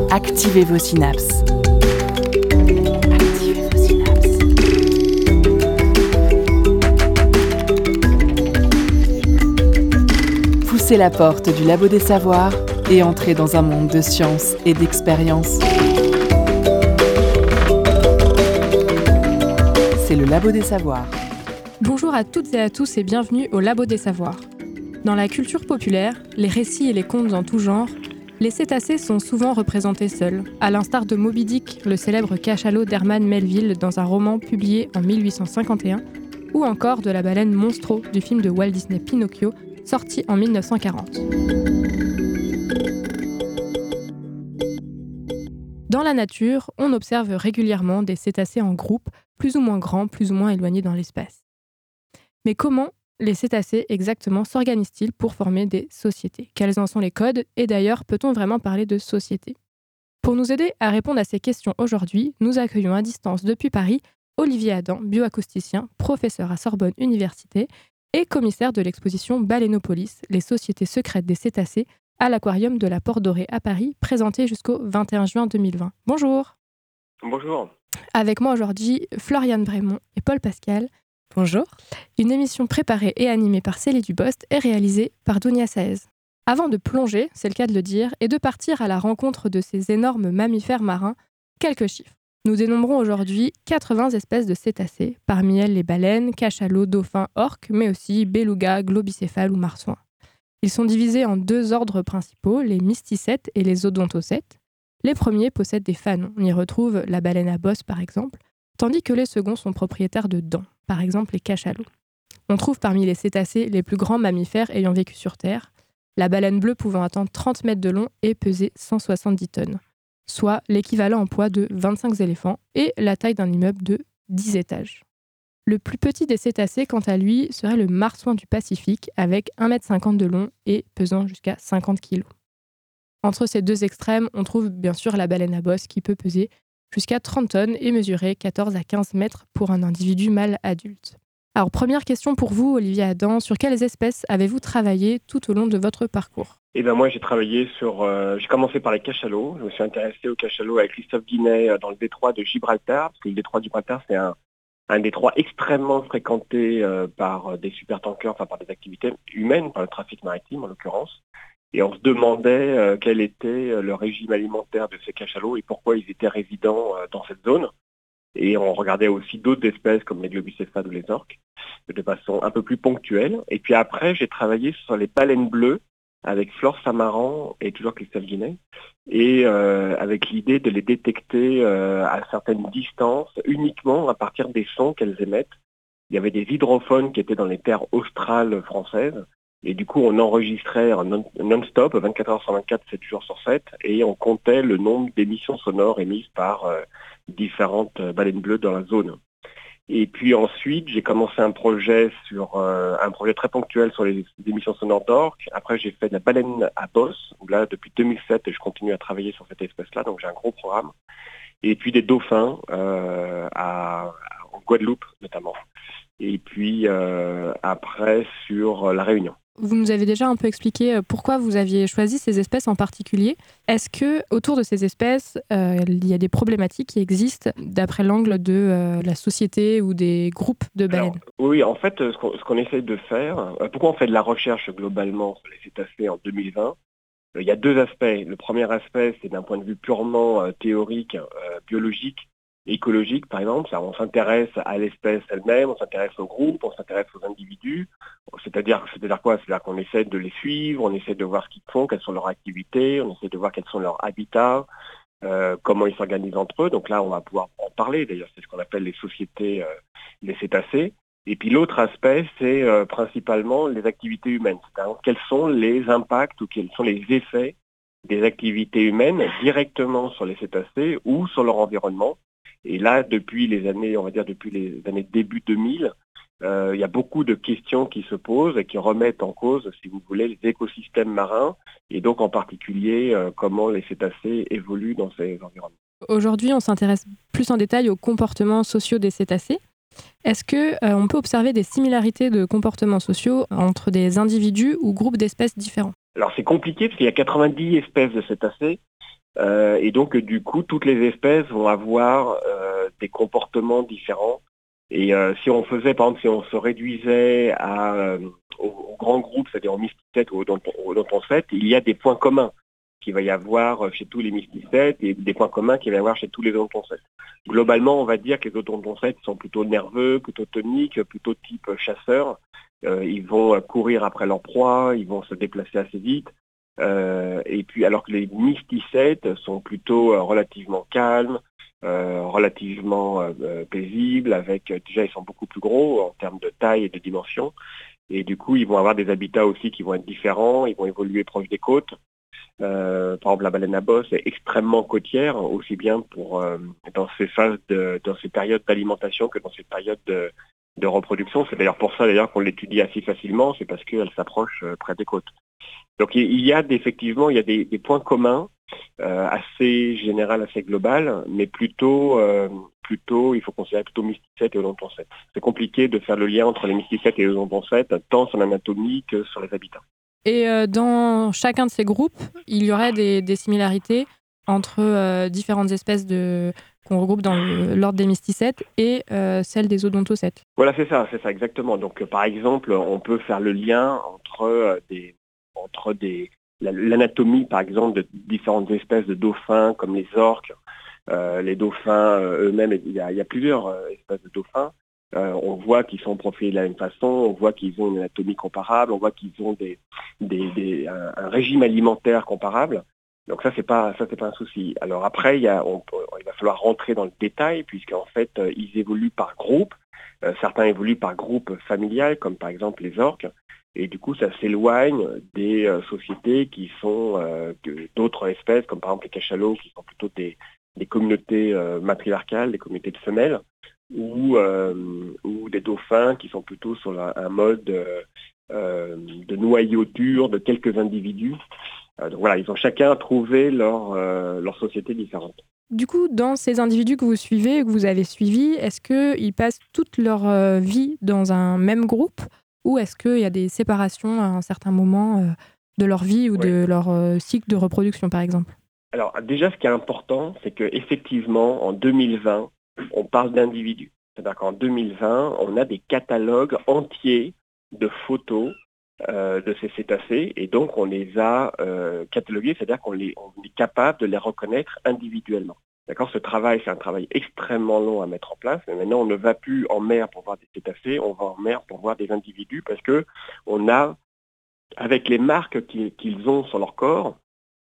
Activez vos synapses. Activez vos synapses. Poussez la porte du Labo des Savoirs et entrez dans un monde de science et d'expérience. C'est le Labo des Savoirs. Bonjour à toutes et à tous et bienvenue au Labo des Savoirs. Dans la culture populaire, les récits et les contes en tout genre, les cétacés sont souvent représentés seuls, à l'instar de Moby Dick, le célèbre cachalot d'Herman Melville dans un roman publié en 1851, ou encore de la baleine Monstro du film de Walt Disney Pinocchio, sorti en 1940. Dans la nature, on observe régulièrement des cétacés en groupe, plus ou moins grands, plus ou moins éloignés dans l'espace. Mais comment les cétacés exactement s'organisent-ils pour former des sociétés ? Quels en sont les codes ? Et d'ailleurs, peut-on vraiment parler de société ? Pour nous aider à répondre à ces questions aujourd'hui, nous accueillons à distance depuis Paris Olivier Adam, bioacousticien, professeur à Sorbonne Université et commissaire de l'exposition Baleiноpolis, les sociétés secrètes des cétacés, à l'aquarium de la Porte Dorée à Paris, présentée jusqu'au 21 juin 2020. Bonjour. Bonjour. Avec moi aujourd'hui, Floriane Brémond et Paul Pascal. Bonjour. Une émission préparée et animée par Célie Dubost et réalisée par Dounia Saez. Avant de plonger, c'est le cas de le dire, et de partir à la rencontre de ces énormes mammifères marins, quelques chiffres. Nous dénombrons aujourd'hui 80 espèces de cétacés, parmi elles les baleines, cachalots, dauphins, orques, mais aussi belugas, globicéphales ou marsouins. Ils sont divisés en deux ordres principaux, les mysticètes et les odontocètes. Les premiers possèdent des fanons, on y retrouve la baleine à bosse par exemple, tandis que les seconds sont propriétaires de dents, par exemple les cachalots. On trouve parmi les cétacés les plus grands mammifères ayant vécu sur Terre, la baleine bleue pouvant atteindre 30 mètres de long et peser 170 tonnes, soit l'équivalent en poids de 25 éléphants et la taille d'un immeuble de 10 étages. Le plus petit des cétacés, quant à lui, serait le marsouin du Pacifique, avec 1,50 m de long et pesant jusqu'à 50 kg. Entre ces deux extrêmes, on trouve bien sûr la baleine à bosse qui peut peser jusqu'à 30 tonnes et mesurer 14 à 15 mètres pour un individu mâle adulte. Alors, première question pour vous, Olivier Adam, sur quelles espèces avez-vous travaillé tout au long de votre parcours ? Moi, j'ai travaillé j'ai commencé par les cachalots. Je me suis intéressé aux cachalots avec Christophe Guinet dans le détroit de Gibraltar, parce que le détroit de Gibraltar, c'est un détroit extrêmement fréquenté par des supertankers, enfin par des activités humaines, par le trafic maritime en l'occurrence. Et on se demandait quel était le régime alimentaire de ces cachalots et pourquoi ils étaient résidents dans cette zone. Et on regardait aussi d'autres espèces comme les globicéphales ou les orques, de façon un peu plus ponctuelle. Et puis après, j'ai travaillé sur les baleines bleues avec Flore Samaran et toujours Christophe Guinet, et avec l'idée de les détecter à certaines distances, uniquement à partir des sons qu'elles émettent. Il y avait des hydrophones qui étaient dans les terres australes françaises, et du coup on enregistrait non-stop, 24 heures sur 24, 7 jours sur 7, et on comptait le nombre d'émissions sonores émises par différentes baleines bleues dans la zone. Et puis ensuite, j'ai commencé un projet très ponctuel sur les émissions sonores d'orques. Après, j'ai fait de la baleine à bosse, où là, depuis 2007, je continue à travailler sur cette espèce-là, donc j'ai un gros programme. Et puis des dauphins en Guadeloupe, notamment. Et puis après, sur La Réunion. Vous nous avez déjà un peu expliqué pourquoi vous aviez choisi ces espèces en particulier. Est-ce que autour de ces espèces, il y a des problématiques qui existent d'après l'angle de la société ou des groupes de baleines ? Alors, oui, en fait, ce qu'on essaye de faire, pourquoi on fait de la recherche globalement sur les cétacés en 2020 ? Il y a deux aspects. Le premier aspect, c'est d'un point de vue purement théorique, biologique, écologique, par exemple. On s'intéresse à l'espèce elle-même, on s'intéresse au groupe, on s'intéresse aux individus. C'est-à-dire quoi ? C'est-à-dire qu'on essaie de les suivre, on essaie de voir ce qu'ils font, quelles sont leurs activités, on essaie de voir quels sont leurs habitats, comment ils s'organisent entre eux. Donc là, on va pouvoir en parler. D'ailleurs, c'est ce qu'on appelle les sociétés des cétacés. Et puis l'autre aspect, c'est principalement les activités humaines. C'est-à-dire quels sont les impacts ou quels sont les effets des activités humaines directement sur les cétacés ou sur leur environnement. Et là, depuis les années début 2000, il y a beaucoup de questions qui se posent et qui remettent en cause, si vous voulez, les écosystèmes marins et donc en particulier comment les cétacés évoluent dans ces environnements. Aujourd'hui, on s'intéresse plus en détail aux comportements sociaux des cétacés. Est-ce qu'on peut observer des similarités de comportements sociaux entre des individus ou groupes d'espèces différents ? Alors c'est compliqué parce qu'il y a 90 espèces de cétacés. Et donc, du coup, toutes les espèces vont avoir des comportements différents. Et si on faisait, par exemple, si on se réduisait aux grands groupes, c'est-à-dire aux mysticètes ou aux odontocètes, il y a des points communs qu'il va y avoir chez tous les mysticètes et des points communs qu'il va y avoir chez tous les odontocètes. Globalement, on va dire que les odontocètes sont plutôt nerveux, plutôt toniques, plutôt type chasseur. Ils vont courir après leur proie, ils vont se déplacer assez vite. Et puis, alors que les mysticètes sont plutôt relativement calmes, relativement paisibles, avec déjà ils sont beaucoup plus gros en termes de taille et de dimension. Et du coup, ils vont avoir des habitats aussi qui vont être différents, ils vont évoluer proche des côtes. Par exemple, la baleine à bosse est extrêmement côtière, aussi bien dans dans ces périodes d'alimentation que dans ces périodes de reproduction. C'est d'ailleurs pour ça d'ailleurs qu'on l'étudie assez facilement, c'est parce qu'elle s'approche près des côtes. Donc effectivement, il y a des points communs assez général, assez global, mais plutôt, il faut considérer plutôt mysticètes et odontocètes. C'est compliqué de faire le lien entre les mysticètes et les odontocètes, tant sur l'anatomie que sur les habitats. Et dans chacun de ces groupes, il y aurait des similarités entre différentes espèces qu'on regroupe dans l'ordre des mysticètes et celles des odontocètes. Voilà, c'est ça exactement. Donc, par exemple, on peut faire le lien entre l'anatomie, par exemple, de différentes espèces de dauphins, comme les orques. Les dauphins eux-mêmes, il y a plusieurs espèces de dauphins. On voit qu'ils sont profilés de la même façon, on voit qu'ils ont une anatomie comparable, on voit qu'ils ont un régime alimentaire comparable. Donc ça, c'est pas un souci. Alors après, il va falloir rentrer dans le détail, puisqu'en fait, ils évoluent par groupe. Certains évoluent par groupe familial, comme par exemple les orques. Et du coup, ça s'éloigne des sociétés qui sont d'autres espèces, comme par exemple les cachalots, qui sont plutôt des communautés matriarcales, des communautés de femelles, ou des dauphins qui sont plutôt sur un mode de noyauture de quelques individus. Donc voilà, ils ont chacun trouvé leur société différente. Du coup, dans ces individus que vous suivez, que vous avez suivis, est-ce qu'ils passent toute leur vie dans un même groupe ou est-ce qu'il y a des séparations à un certain moment de leur vie ou de leur cycle de reproduction, par exemple ? Alors déjà, ce qui est important, c'est qu'effectivement, en 2020, on parle d'individus. C'est-à-dire qu'en 2020, on a des catalogues entiers de photos de ces cétacés et donc on les a catalogués, c'est-à-dire qu'on est capable de les reconnaître individuellement. D'accord ? Ce travail, c'est un travail extrêmement long à mettre en place, mais maintenant on ne va plus en mer pour voir des cétacés, on va en mer pour voir des individus parce que on a, avec les marques qu'ils ont sur leur corps,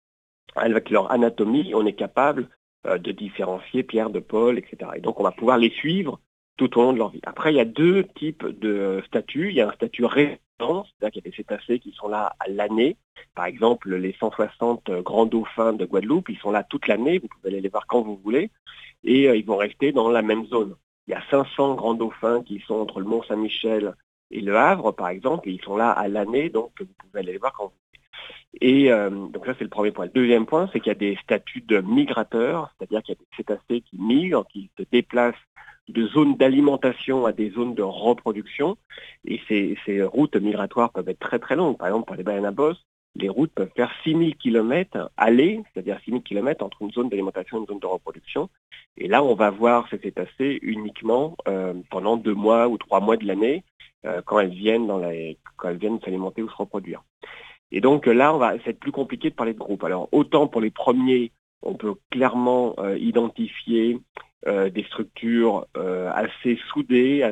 avec leur anatomie, on est capable de différencier Pierre de Paul, etc. Et donc on va pouvoir les suivre tout au long de leur vie. Après, il y a deux types de statuts. Il y a un statut résident, c'est-à-dire qu'il y a des cétacés qui sont là à l'année. Par exemple, les 160 grands dauphins de Guadeloupe, ils sont là toute l'année. Vous pouvez aller les voir quand vous voulez. Et ils vont rester dans la même zone. Il y a 500 grands dauphins qui sont entre le Mont-Saint-Michel et le Havre, par exemple. Et ils sont là à l'année, donc vous pouvez aller les voir quand vous voulez. Et donc ça, c'est le premier point. Le deuxième point, c'est qu'il y a des statuts de migrateurs, c'est-à-dire qu'il y a des cétacés qui migrent, qui se déplacent de zones d'alimentation à des zones de reproduction. Et ces routes migratoires peuvent être très très longues. Par exemple, pour les baleines à bosse, les routes peuvent faire 6000 km aller, c'est-à-dire 6000 km entre une zone d'alimentation et une zone de reproduction. Et là, on va voir ces cétacés uniquement pendant 2 mois ou 3 mois de l'année, quand elles viennent s'alimenter ou se reproduire. Et donc là, c'est plus compliqué de parler de groupe. Alors autant pour les premiers, on peut clairement identifier des structures assez soudées,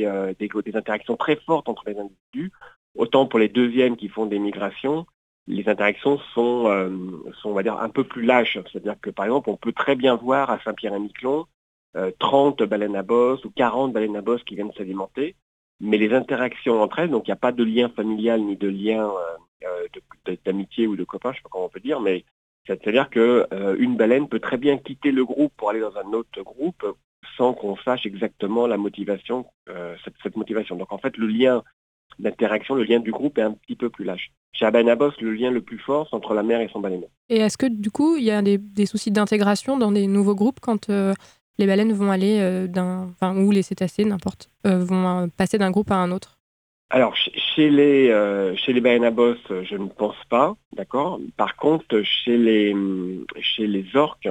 des interactions très fortes entre les individus. Autant pour les deuxièmes qui font des migrations, les interactions sont, on va dire, un peu plus lâches. C'est-à-dire que par exemple, on peut très bien voir à Saint-Pierre-et-Miquelon 30 baleines à bosse ou 40 baleines à bosse qui viennent s'alimenter, mais les interactions entre elles, donc il n'y a pas de lien familial ni de lien d'amitié ou de copain, je ne sais pas comment on peut dire, mais c'est-à-dire qu'une baleine peut très bien quitter le groupe pour aller dans un autre groupe sans qu'on sache exactement la motivation, cette motivation. Donc en fait, le lien d'interaction, le lien du groupe est un petit peu plus lâche. Chez la baleine à bosse, le lien le plus fort, c'est entre la mère et son baleineau. Et est-ce que du coup, il y a des soucis d'intégration dans des nouveaux groupes quand les baleines vont aller ou les cétacés, n'importe, vont passer d'un groupe à un autre ? Alors, chez les baleines à bosse, je ne pense pas, d'accord. Par contre, chez les orques,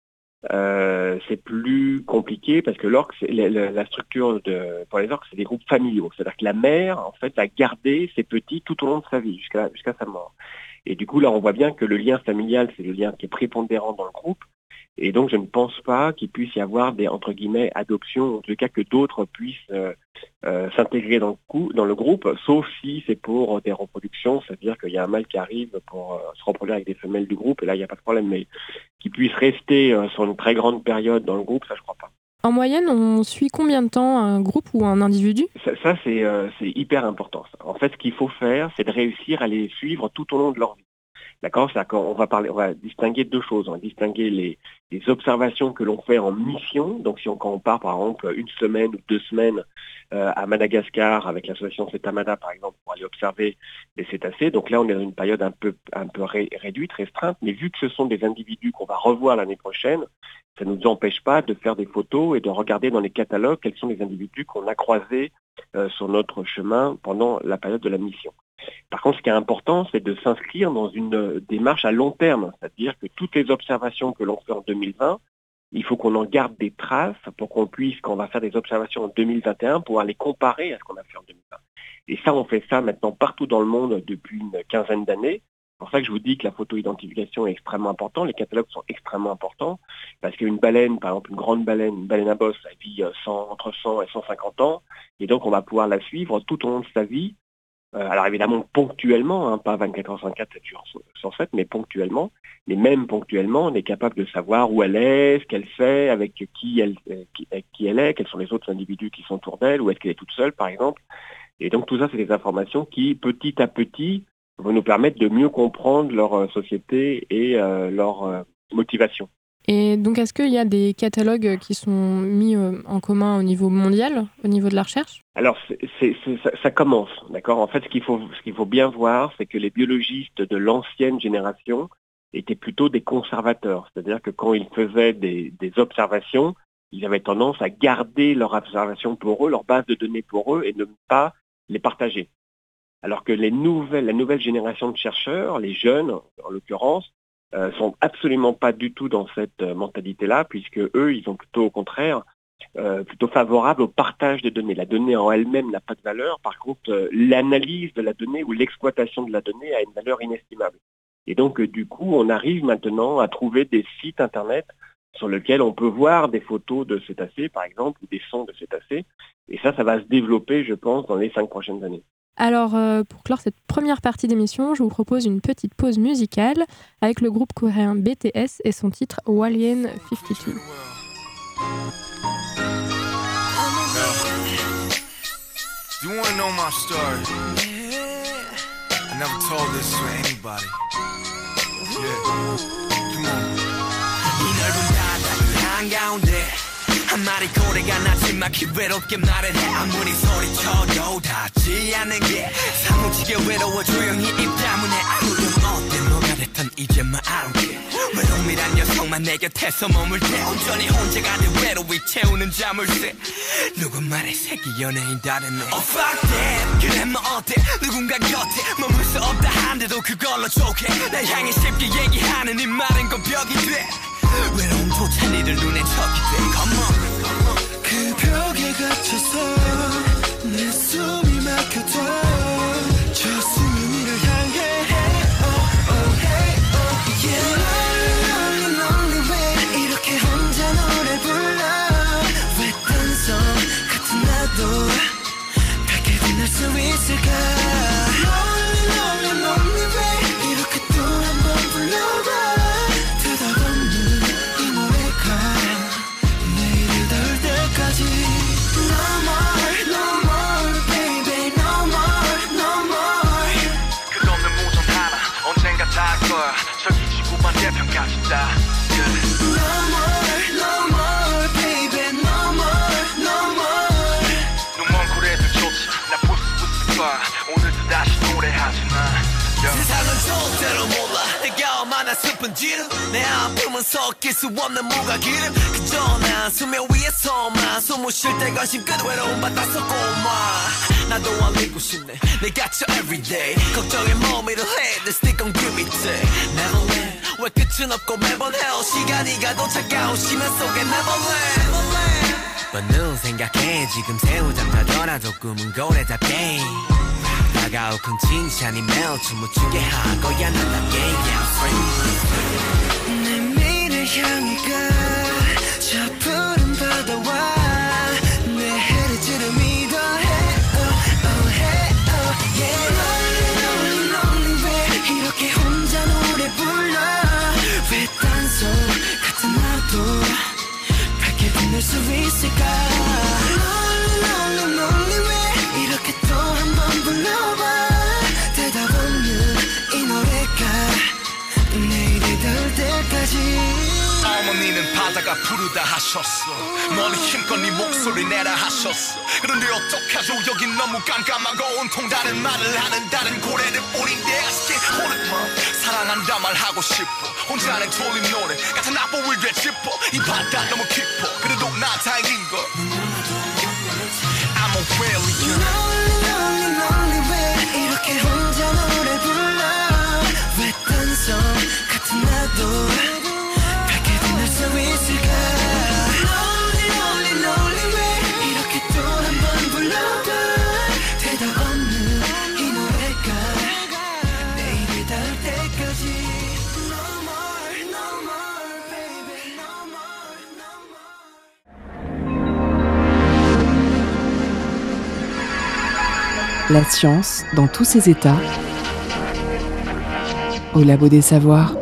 c'est plus compliqué parce que l'orque, la structure pour les orques, c'est des groupes familiaux. C'est-à-dire que la mère, en fait, a gardé ses petits tout au long de sa vie, jusqu'à sa mort. Et du coup, là, on voit bien que le lien familial, c'est le lien qui est prépondérant dans le groupe. Et donc, je ne pense pas qu'il puisse y avoir des, entre guillemets, adoptions, en tout cas que d'autres puissent s'intégrer dans le groupe, sauf si c'est pour des reproductions, c'est-à-dire qu'il y a un mâle qui arrive pour se reproduire avec des femelles du groupe, et là, il n'y a pas de problème, mais qu'il puisse rester sur une très grande période dans le groupe, ça, je ne crois pas. En moyenne, on suit combien de temps un groupe ou un individu ? Ça c'est hyper important. En fait, ce qu'il faut faire, c'est de réussir à les suivre tout au long de leur vie. D'accord ? C'est-à-dire qu'on va distinguer deux choses. On va distinguer les observations que l'on fait en mission. Donc, quand on part, par exemple, 1 semaine ou 2 semaines à Madagascar avec l'association Cetamada, par exemple, pour aller observer les cétacés. Donc là, on est dans une période un peu réduite, restreinte. Mais vu que ce sont des individus qu'on va revoir l'année prochaine, ça ne nous empêche pas de faire des photos et de regarder dans les catalogues quels sont les individus qu'on a croisés sur notre chemin pendant la période de la mission. Par contre, ce qui est important, c'est de s'inscrire dans une démarche à long terme, c'est-à-dire que toutes les observations que l'on fait en 2020, il faut qu'on en garde des traces pour qu'on puisse, quand on va faire des observations en 2021, pouvoir les comparer à ce qu'on a fait en 2020. Et ça, on fait ça maintenant partout dans le monde depuis une quinzaine d'années. C'est pour ça que je vous dis que la photo-identification est extrêmement importante, les catalogues sont extrêmement importants, parce qu'une baleine, par exemple une baleine à bosse, elle vit entre 100 et 150 ans, et donc on va pouvoir la suivre tout au long de sa vie. Alors évidemment ponctuellement, pas 24 heures sur 24, 7 jours sur 7, mais ponctuellement. Mais même ponctuellement, on est capable de savoir où elle est, ce qu'elle fait, avec qui elle est, quels sont les autres individus qui sont autour d'elle, ou est-ce qu'elle est toute seule par exemple. Et donc tout ça, c'est des informations qui, petit à petit, vont nous permettre de mieux comprendre leur société et leur motivation. Et donc, est-ce qu'il y a des catalogues qui sont mis en commun au niveau mondial, au niveau de la recherche ? Alors, ça commence, d'accord ? En fait, ce qu'il faut bien voir, c'est que les biologistes de l'ancienne génération étaient plutôt des conservateurs. C'est-à-dire que quand ils faisaient des observations, ils avaient tendance à garder leurs observations pour eux, leur base de données pour eux, et ne pas les partager. Alors que la nouvelle génération de chercheurs, les jeunes en l'occurrence, sont absolument pas du tout dans cette mentalité-là, puisque eux, ils sont plutôt au contraire, plutôt favorables au partage des données. La donnée en elle-même n'a pas de valeur, par contre, l'analyse de la donnée ou l'exploitation de la donnée a une valeur inestimable. Et donc, du coup, on arrive maintenant à trouver des sites internet sur lesquels on peut voir des photos de cétacés, par exemple, ou des sons de cétacés. Et ça va se développer, je pense, dans les 5 prochaines années. Alors, pour clore cette première partie d'émission, je vous propose une petite pause musicale avec le groupe coréen BTS et son titre Walien 52. Do you want to know my story? I never told this to anybody. Yeah, come on. 이 넓은 바다 한가운데 한 마리 고래가 나지막히 외롭게 말을 해. 아무리 소리쳐도 닿지 않는 게 사무치게 외로워 조용히 입 다문해. 아무렴 어때 뭐가 됐든 이제만 I don't care. 외로움이란 녀석만 내 곁에서 머물 때 온전히 혼자가 된 외로움이 채우는 자물쇠. 누구 말에 새끼 연예인 다르네. Oh fuck that. 그래 뭐 어때 누군가 곁에 머물 수 없다 한데도 그걸로 좋게 날 향해 쉽게 얘기하는 이 말은 건 벽이 돼. 외로움조차 니들 눈에 척이 돼. Come on. 그 벽에 갇혀서 내 숨이 막혀도 저 수면이를 향해 hey, oh, oh, hey, oh, yeah. Lonely, lonely way 이렇게 혼자 노래 불러 왜 딴성 같은 나도 밝게 빛날 수 있을까. Lonely, lonely, lonely way 이렇게 또 한 번 불러봐. 저기 지구 반대편까지 다 No more, no more, baby, no more, no more. 눈먼 고래들 좋지, 나 부스부스 거야. 오늘도 다시 노래하지 마. 세상은 절대로 몰라 내가 얼마나 슬픈지를. 내 아픔은 섞일 수 없는 무가기름. 그저 난 수면 위에서만 숨을 쉴 때 관심 끝 외로움 받아서 고마. 나도 알리고 싶네 내가 저 everyday 걱정에 머미를 해 Let's stick on give me day Neverland 왜 끝은 없고 매번 헤어 시간이 가도 차가운 심연 속에 Neverland 뻔는 생각해 지금 새우잠자더라도 꿈은 고래잡게 다가올 큰 칭찬이 매일 춤을 추게 할 거야 나답게 내 미래 향해 가 저 푸른 바다와 내 헤르지를 믿어 Lonely lonely 왜 이렇게 혼자 노래 불러 왜 딴소 같은 나도 밝게 빛날 수 있을까 Lonely lonely 왜 이렇게 또 한 번 불러봐 대답 없는 이 노래가 내일이 될 때까지 어머니는 바다가 부르다 하셨어 멀리 힘껏 네 목소리 내라 하셨어 그런데 어떡하죠 여긴 너무 깜깜하고 온통 다른 말을 하는 다른 고래들 뿐인데 아쉽게 오늘만 사랑한다 말하고 싶어 혼자는 졸린 노래 같은 악보를 되짚어 이 바다 너무 깊어 그래도 나 다행인 걸 I'm a failure Lonely lonely 왜 이렇게 혼자 노래 불러 왜 딴성 같은 나도 Lonely lonely lonely 왜 이렇게 또 한 번 불러봐 대답 없는 이 노래가 내일이 닿을 때까지 No more no more baby no more no more La science dans tous ses états au Labo des Savoirs.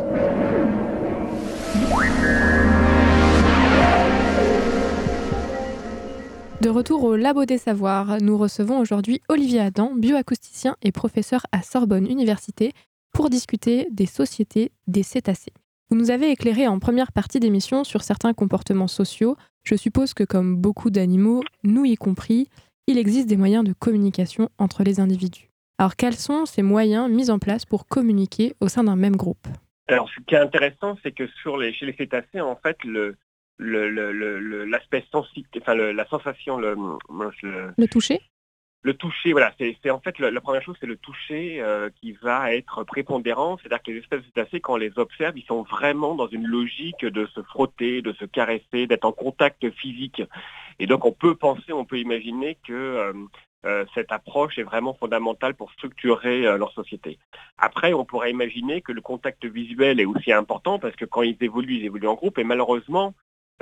De retour au Labo des Savoirs, nous recevons aujourd'hui Olivier Adam, bioacousticien et professeur à Sorbonne Université, pour discuter des sociétés des cétacés. Vous nous avez éclairé en première partie d'émission sur certains comportements sociaux. Je suppose que comme beaucoup d'animaux, nous y compris, il existe des moyens de communication entre les individus. Alors quels sont ces moyens mis en place pour communiquer au sein d'un même groupe ? Alors ce qui est intéressant, c'est que chez les cétacés, en fait, l'aspect sensible, enfin la sensation, Le toucher ? Le toucher, voilà, c'est en fait la première chose, c'est le toucher qui va être prépondérant. C'est-à-dire que les espèces de cétacés, quand on les observe, ils sont vraiment dans une logique de se frotter, de se caresser, d'être en contact physique. Et donc on peut imaginer que cette approche est vraiment fondamentale pour structurer leur société. Après, on pourrait imaginer que le contact visuel est aussi important parce que quand ils évoluent en groupe et malheureusement,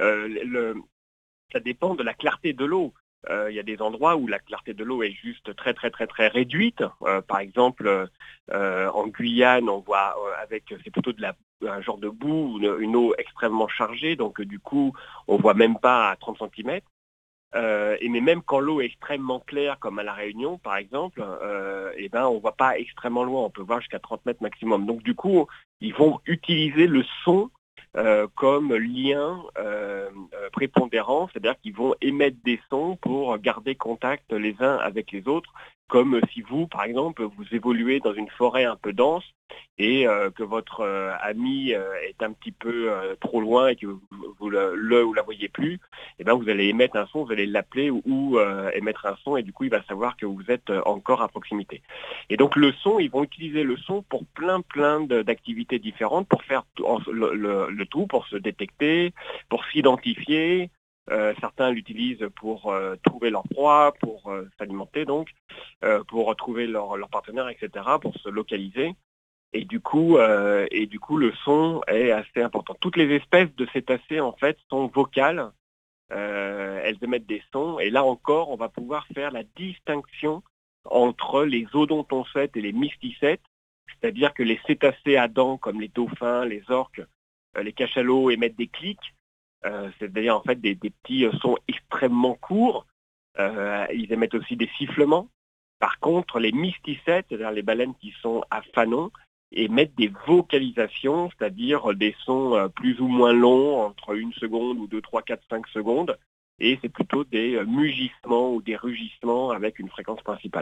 ça dépend de la clarté de l'eau. Il y a des endroits où la clarté de l'eau est juste très très très très réduite. Par exemple, en Guyane, on voit c'est plutôt un genre de boue, une eau extrêmement chargée, donc du coup, on voit même pas à 30 cm. Mais même quand l'eau est extrêmement claire, comme à La Réunion par exemple, on voit pas extrêmement loin, on peut voir jusqu'à 30 mètres maximum. Donc du coup, ils vont utiliser le son comme lien prépondérant, c'est-à-dire qu'ils vont émettre des sons pour garder contact les uns avec les autres, comme si vous, par exemple, vous évoluez dans une forêt un peu dense et que votre ami est un petit peu trop loin et que vous la voyez plus, et ben vous allez émettre un son, vous allez l'appeler ou émettre un son et du coup il va savoir que vous êtes encore à proximité. Et donc le son, ils vont utiliser le son pour plein d'activités différentes, pour faire le tout, pour se détecter, pour s'identifier. Certains l'utilisent pour trouver leur proie, pour s'alimenter donc, pour trouver leur partenaire, etc., pour se localiser. Et du coup, le son est assez important. Toutes les espèces de cétacés, en fait, sont vocales. Elles émettent des sons. Et là encore, on va pouvoir faire la distinction entre les odontocètes et les mysticètes. C'est-à-dire que les cétacés à dents, comme les dauphins, les orques, les cachalots, émettent des clics. C'est-à-dire en fait des petits sons extrêmement courts. Ils émettent aussi des sifflements. Par contre, les mysticètes, c'est-à-dire les baleines qui sont à fanon, émettent des vocalisations, c'est-à-dire des sons plus ou moins longs, entre 1 seconde ou 2, 3, 4, 5 secondes. Et c'est plutôt des mugissements ou des rugissements avec une fréquence principale.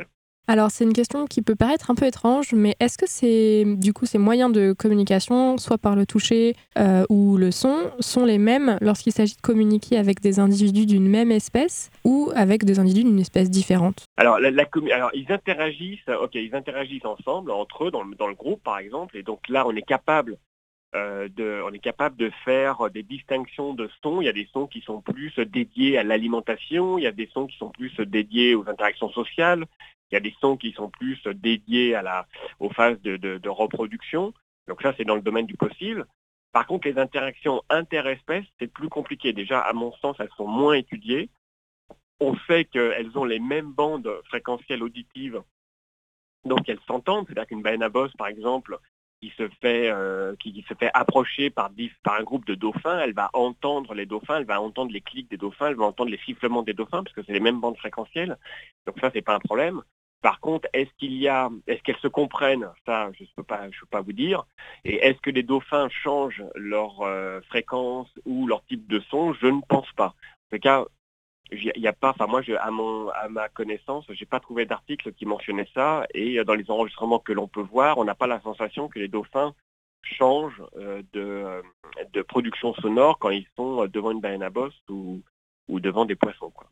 Alors, c'est une question qui peut paraître un peu étrange, mais est-ce que ces moyens de communication, soit par le toucher ou le son, sont les mêmes lorsqu'il s'agit de communiquer avec des individus d'une même espèce ou avec des individus d'une espèce différente? Alors, ils interagissent ensemble, entre eux, dans le groupe, par exemple, et donc là, on est capable de faire des distinctions de sons. Il y a des sons qui sont plus dédiés à l'alimentation, il y a des sons qui sont plus dédiés aux interactions sociales, il y a des sons qui sont plus dédiés aux phases de reproduction. Donc ça, c'est dans le domaine du possible. Par contre, les interactions interespèces, c'est plus compliqué. Déjà, à mon sens, elles sont moins étudiées. On sait qu'elles ont les mêmes bandes fréquentielles auditives, donc elles s'entendent. C'est-à-dire qu'une baleine à bosse, par exemple, qui se fait approcher par un groupe de dauphins, elle va entendre les dauphins, elle va entendre les clics des dauphins, elle va entendre les sifflements des dauphins, parce que c'est les mêmes bandes fréquentielles. Donc ça, c'est pas un problème. Par contre, est-ce qu'elles se comprennent? Ça, je peux pas vous dire. Et est-ce que les dauphins changent leur fréquence ou leur type de son? Je ne pense pas. En tout cas, il y a pas, enfin moi, à ma connaissance, j'ai pas trouvé d'article qui mentionnait ça. Et dans les enregistrements que l'on peut voir, on n'a pas la sensation que les dauphins changent de production sonore quand ils sont devant une baleine à bosse ou devant des poissons, quoi.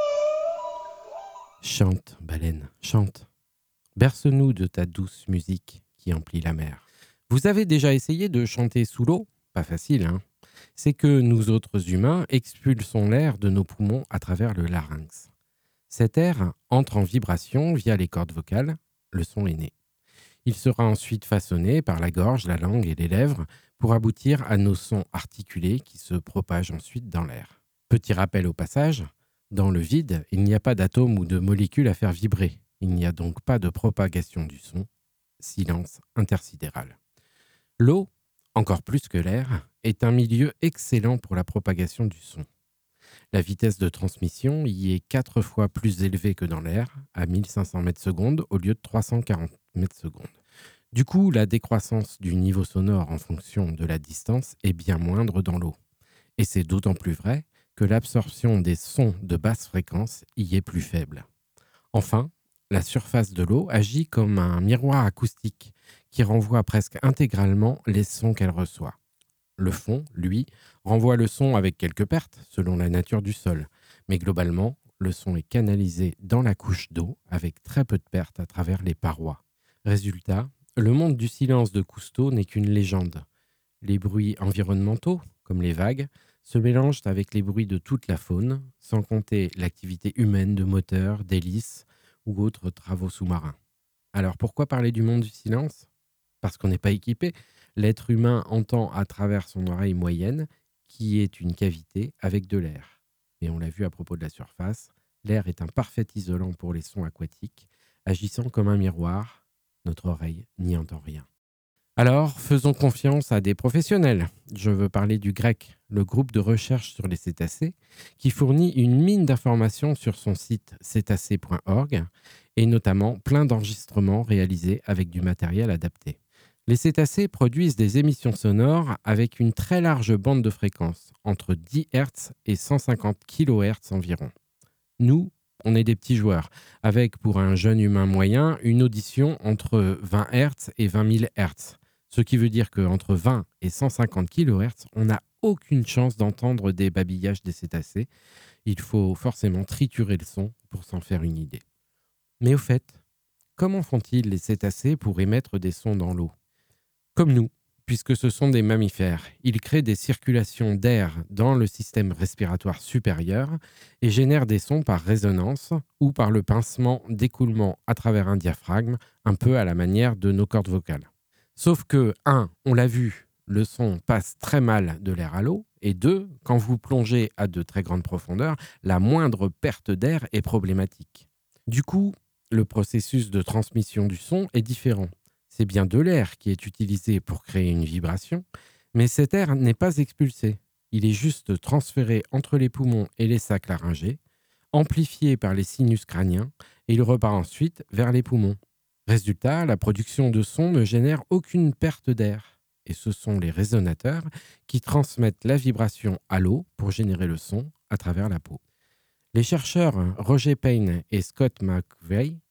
Chante, baleine, chante. Berce-nous de ta douce musique qui emplit la mer. Vous avez déjà essayé de chanter sous l'eau? Pas facile, hein? C'est que nous autres humains expulsons l'air de nos poumons à travers le larynx. Cet air entre en vibration via les cordes vocales, le son est né. Il sera ensuite façonné par la gorge, la langue et les lèvres pour aboutir à nos sons articulés qui se propagent ensuite dans l'air. Petit rappel au passage, dans le vide, il n'y a pas d'atomes ou de molécules à faire vibrer. Il n'y a donc pas de propagation du son. Silence intersidéral. L'eau, encore plus que l'air, est un milieu excellent pour la propagation du son. La vitesse de transmission y est 4 fois plus élevée que dans l'air, à 1500 mètres secondes au lieu de 340 mètres secondes. Du coup, la décroissance du niveau sonore en fonction de la distance est bien moindre dans l'eau. Et c'est d'autant plus vrai que l'absorption des sons de basse fréquence y est plus faible. Enfin, la surface de l'eau agit comme un miroir acoustique qui renvoie presque intégralement les sons qu'elle reçoit. Le fond, lui, renvoie le son avec quelques pertes selon la nature du sol, mais globalement, le son est canalisé dans la couche d'eau avec très peu de pertes à travers les parois. Résultat, le monde du silence de Cousteau n'est qu'une légende. Les bruits environnementaux, comme les vagues, se mélangent avec les bruits de toute la faune, sans compter l'activité humaine de moteurs, d'hélices ou autres travaux sous-marins. Alors pourquoi parler du monde du silence? Parce qu'on n'est pas équipé. L'être humain entend à travers son oreille moyenne, qui est une cavité avec de l'air. Et on l'a vu à propos de la surface, l'air est un parfait isolant pour les sons aquatiques, agissant comme un miroir. Notre oreille n'y entend rien. Alors, faisons confiance à des professionnels. Je veux parler du GREC, le groupe de recherche sur les cétacés, qui fournit une mine d'informations sur son site cétacés.org et notamment plein d'enregistrements réalisés avec du matériel adapté. Les cétacés produisent des émissions sonores avec une très large bande de fréquences, entre 10 Hz et 150 kHz environ. Nous, on est des petits joueurs, avec pour un jeune humain moyen une audition entre 20 Hz et 20 000 Hz. Ce qui veut dire qu'entre 20 et 150 kHz, on n'a aucune chance d'entendre des babillages des cétacés. Il faut forcément triturer le son pour s'en faire une idée. Mais au fait, comment font-ils les cétacés pour émettre des sons dans l'eau? Comme nous, puisque ce sont des mammifères. Ils créent des circulations d'air dans le système respiratoire supérieur et génèrent des sons par résonance ou par le pincement d'écoulement à travers un diaphragme, un peu à la manière de nos cordes vocales. Sauf que, 1, on l'a vu, le son passe très mal de l'air à l'eau, et 2, quand vous plongez à de très grandes profondeurs, la moindre perte d'air est problématique. Du coup, le processus de transmission du son est différent. C'est bien de l'air qui est utilisé pour créer une vibration, mais cet air n'est pas expulsé. Il est juste transféré entre les poumons et les sacs laryngés, amplifié par les sinus crâniens, et il repart ensuite vers les poumons. Résultat, la production de son ne génère aucune perte d'air. Et ce sont les résonateurs qui transmettent la vibration à l'eau pour générer le son à travers la peau. Les chercheurs Roger Payne et Scott McVeigh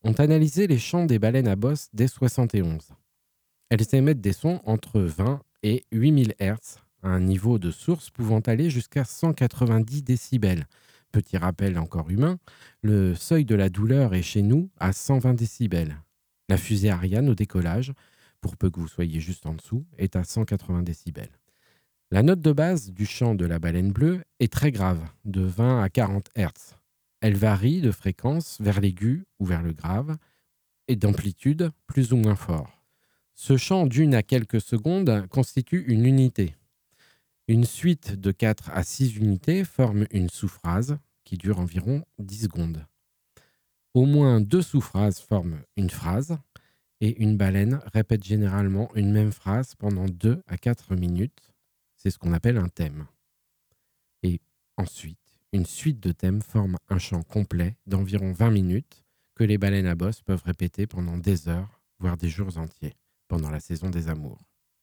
ont analysé les chants des baleines à bosse dès 71. Elles émettent des sons entre 20 et 8000 Hz, à un niveau de source pouvant aller jusqu'à 190 décibels. Petit rappel encore humain, le seuil de la douleur est chez nous à 120 décibels. La fusée Ariane au décollage, pour peu que vous soyez juste en dessous, est à 180 décibels. La note de base du chant de la baleine bleue est très grave, de 20 à 40 Hz. Elle varie de fréquence vers l'aigu ou vers le grave et d'amplitude plus ou moins fort. Ce chant d'1 à quelques secondes constitue une unité. Une suite de 4 à 6 unités forme une sous-phrase qui dure environ 10 secondes. Au moins 2 sous-phrases forment une phrase et une baleine répète généralement une même phrase pendant 2 à 4 minutes. C'est ce qu'on appelle un thème. Et ensuite, une suite de thèmes forme un chant complet d'environ 20 minutes que les baleines à bosse peuvent répéter pendant des heures, voire des jours entiers, pendant la saison des amours.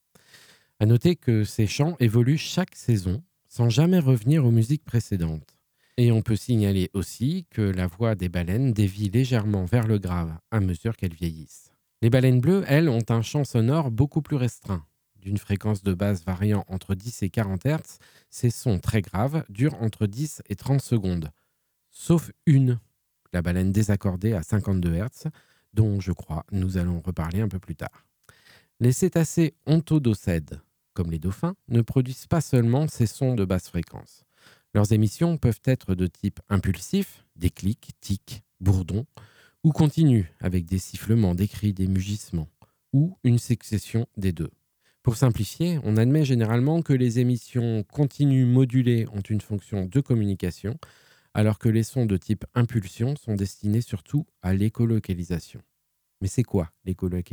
À noter que ces chants évoluent chaque saison sans jamais revenir aux musiques précédentes. Et on peut signaler aussi que la voix des baleines dévie légèrement vers le grave à mesure qu'elles vieillissent. Les baleines bleues, elles, ont un champ sonore beaucoup plus restreint. D'une fréquence de base variant entre 10 et 40 Hz, ces sons très graves durent entre 10 et 30 secondes. Sauf une, la baleine désaccordée à 52 Hz, dont je crois nous allons reparler un peu plus tard. Les cétacés ontodocèdes, comme les dauphins, ne produisent pas seulement ces sons de basse fréquence. Leurs émissions peuvent être de type impulsif, des clics, tics, bourdons, ou continus, avec des sifflements, des cris, des mugissements, ou une succession des deux. Pour simplifier, on admet généralement que les émissions continues modulées ont une fonction de communication, alors que les sons de type impulsion sont destinés surtout à l'écolocalisation. Mais c'est quoi l'écolocalisation ?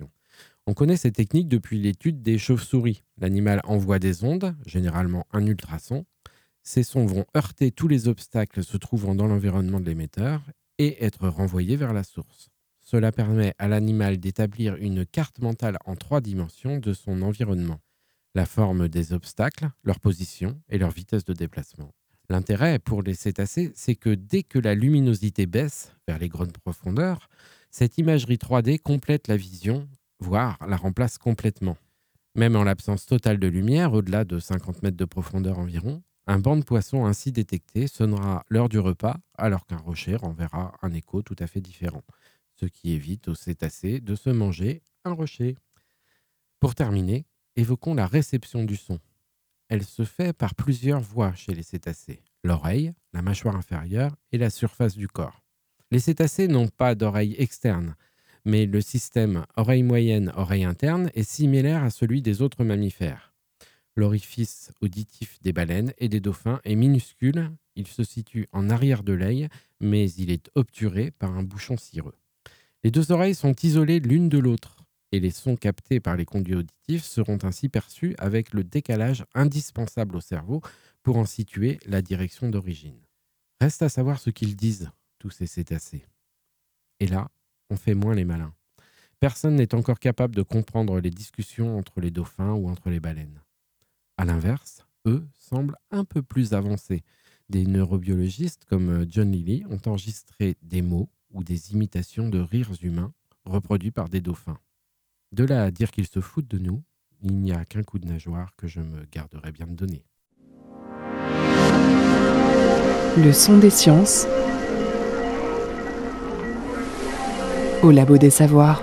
On connaît cette technique depuis l'étude des chauves-souris. L'animal envoie des ondes, généralement un ultrason. Ces sons vont heurter tous les obstacles se trouvant dans l'environnement de l'émetteur et être renvoyés vers la source. Cela permet à l'animal d'établir une carte mentale en 3 dimensions de son environnement. La forme des obstacles, leur position et leur vitesse de déplacement. L'intérêt pour les cétacés, c'est que dès que la luminosité baisse vers les grandes profondeurs, cette imagerie 3D complète la vision, voire la remplace complètement. Même en l'absence totale de lumière, au-delà de 50 mètres de profondeur environ, un banc de poissons ainsi détecté sonnera l'heure du repas, alors qu'un rocher renverra un écho tout à fait différent, ce qui évite aux cétacés de se manger un rocher. Pour terminer, évoquons la réception du son. Elle se fait par plusieurs voies chez les cétacés, l'oreille, la mâchoire inférieure et la surface du corps. Les cétacés n'ont pas d'oreille externe, mais le système oreille moyenne, oreille interne est similaire à celui des autres mammifères. L'orifice auditif des baleines et des dauphins est minuscule, il se situe en arrière de l'œil, mais il est obturé par un bouchon cireux. Les 2 oreilles sont isolées l'une de l'autre, et les sons captés par les conduits auditifs seront ainsi perçus avec le décalage indispensable au cerveau pour en situer la direction d'origine. Reste à savoir ce qu'ils disent, tous ces cétacés. Et là, on fait moins les malins. Personne n'est encore capable de comprendre les discussions entre les dauphins ou entre les baleines. À l'inverse, eux semblent un peu plus avancés. Des neurobiologistes comme John Lilly ont enregistré des mots ou des imitations de rires humains reproduits par des dauphins. De là à dire qu'ils se foutent de nous, il n'y a qu'un coup de nageoire que je me garderai bien de donner. Le son des sciences au Labo des Savoirs.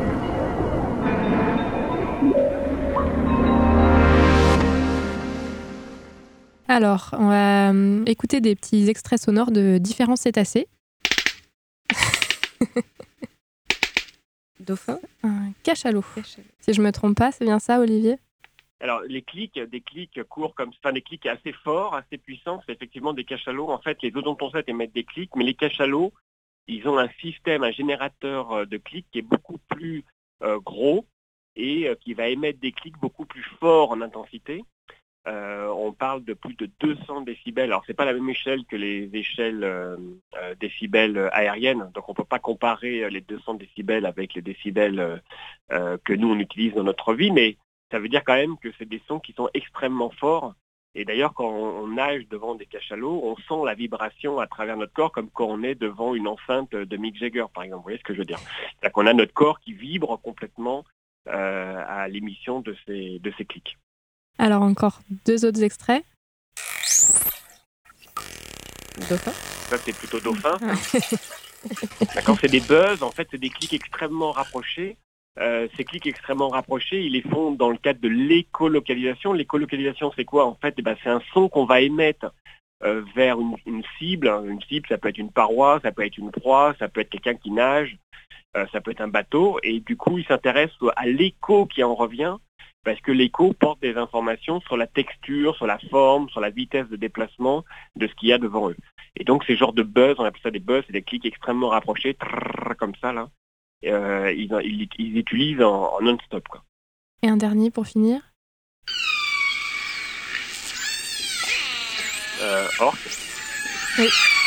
Alors, on va écouter des petits extraits sonores de différents cétacés. Dauphin. Un cachalot. Si je me trompe pas, c'est bien ça, Olivier ? Alors des clics courts comme ça, des clics assez forts, assez puissants, c'est effectivement des cachalots. En fait, les odontocètes émettent des clics, mais les cachalots, ils ont un système, un générateur de clics qui est beaucoup plus gros et qui va émettre des clics beaucoup plus forts en intensité. On parle de plus de 200 décibels. Alors, c'est pas la même échelle que les échelles décibels aériennes. Donc, on peut pas comparer les 200 décibels avec les décibels que nous, on utilise dans notre vie. Mais ça veut dire quand même que c'est des sons qui sont extrêmement forts Et d'ailleurs, quand on nage devant des cachalots, on sent la vibration à travers notre corps, comme quand on est devant une enceinte de Mick Jagger, par exemple. Vous voyez ce que je veux dire? C'est-à-dire qu'on a notre corps qui vibre complètement à l'émission de ces clics. Alors encore 2 autres extraits. Dauphin. Ça, c'est plutôt dauphin. D'accord, c'est des buzz, en fait, c'est des clics extrêmement rapprochés. Ces clics extrêmement rapprochés, ils les font dans le cadre de l'écolocalisation. L'écolocalisation, c'est quoi? En fait, c'est un son qu'on va émettre vers une cible. Une cible, ça peut être une paroi, ça peut être une proie, ça peut être quelqu'un qui nage, ça peut être un bateau. Et du coup, ils s'intéressent à l'écho qui en revient, parce que l'écho porte des informations sur la texture, sur la forme, sur la vitesse de déplacement de ce qu'il y a devant eux. Et donc, ces genres de buzz, on appelle ça des buzz, c'est des clics extrêmement rapprochés, comme ça, là. Ils utilisent en non-stop, quoi. Et un dernier pour finir. Orque. Oui.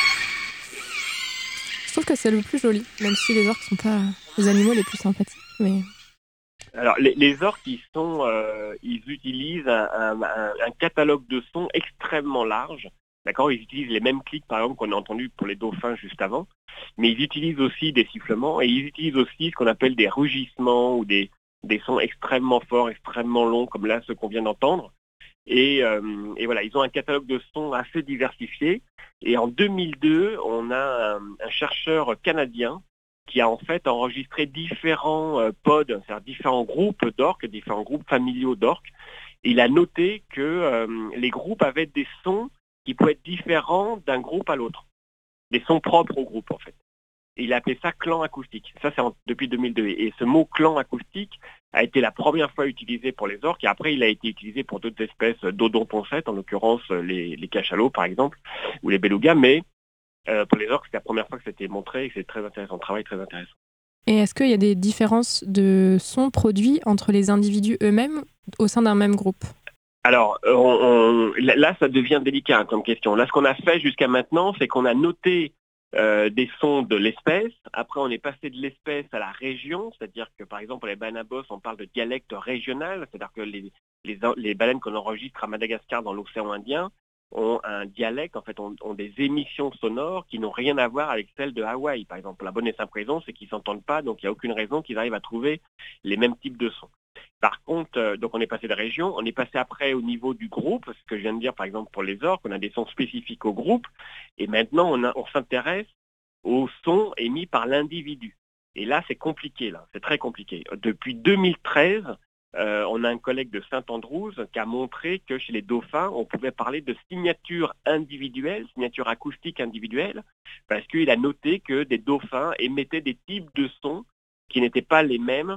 Je trouve que c'est le plus joli, même si les orques sont pas les animaux les plus sympathiques. Mais... Alors, les orques, ils utilisent un catalogue de sons extrêmement large. D'accord, ils utilisent les mêmes clics, par exemple, qu'on a entendu pour les dauphins juste avant, mais ils utilisent aussi des sifflements et ils utilisent aussi ce qu'on appelle des rugissements ou des sons extrêmement forts, extrêmement longs, comme là, ceux qu'on vient d'entendre. Et voilà, ils ont un catalogue de sons assez diversifié. Et en 2002, on a un chercheur canadien qui a en fait enregistré différents pods, c'est-à-dire différents groupes d'orques, différents groupes familiaux d'orques. Il a noté que les groupes avaient des sons qui pouvaient être différents d'un groupe à l'autre. Des sons propres au groupe, en fait. Et il a appelé ça clan acoustique. Ça, c'est depuis 2002. Et ce mot clan acoustique a été la première fois utilisé pour les orques. Et après, il a été utilisé pour d'autres espèces d'odontocètes, en l'occurrence les cachalots, par exemple, ou les belugas. Mais pour les orques, c'est la première fois que c'était montré et que c'est très intéressant. Un travail très intéressant. Et est-ce qu'il y a des différences de sons produits entre les individus eux-mêmes au sein d'un même groupe? Alors, là, ça devient délicat comme question. Là, ce qu'on a fait jusqu'à maintenant, c'est qu'on a noté des sons de l'espèce. Après, on est passé de l'espèce à la région, c'est-à-dire que, par exemple, pour les banabos, on parle de dialecte régional, c'est-à-dire que les baleines qu'on enregistre à Madagascar dans l'océan Indien ont un dialecte, en fait, ont des émissions sonores qui n'ont rien à voir avec celles de Hawaï, par exemple. La bonne et simple raison, c'est qu'ils ne s'entendent pas, donc il n'y a aucune raison qu'ils arrivent à trouver les mêmes types de sons. Par contre, donc on est passé de région, on est passé après au niveau du groupe, ce que je viens de dire par exemple pour les orques, on a des sons spécifiques au groupe, et maintenant on s'intéresse aux sons émis par l'individu. Et là c'est compliqué, c'est très compliqué. Depuis 2013, on a un collègue de Saint-Andrews qui a montré que chez les dauphins, on pouvait parler de signature individuelle, signature acoustique individuelle, parce qu'il a noté que des dauphins émettaient des types de sons qui n'étaient pas les mêmes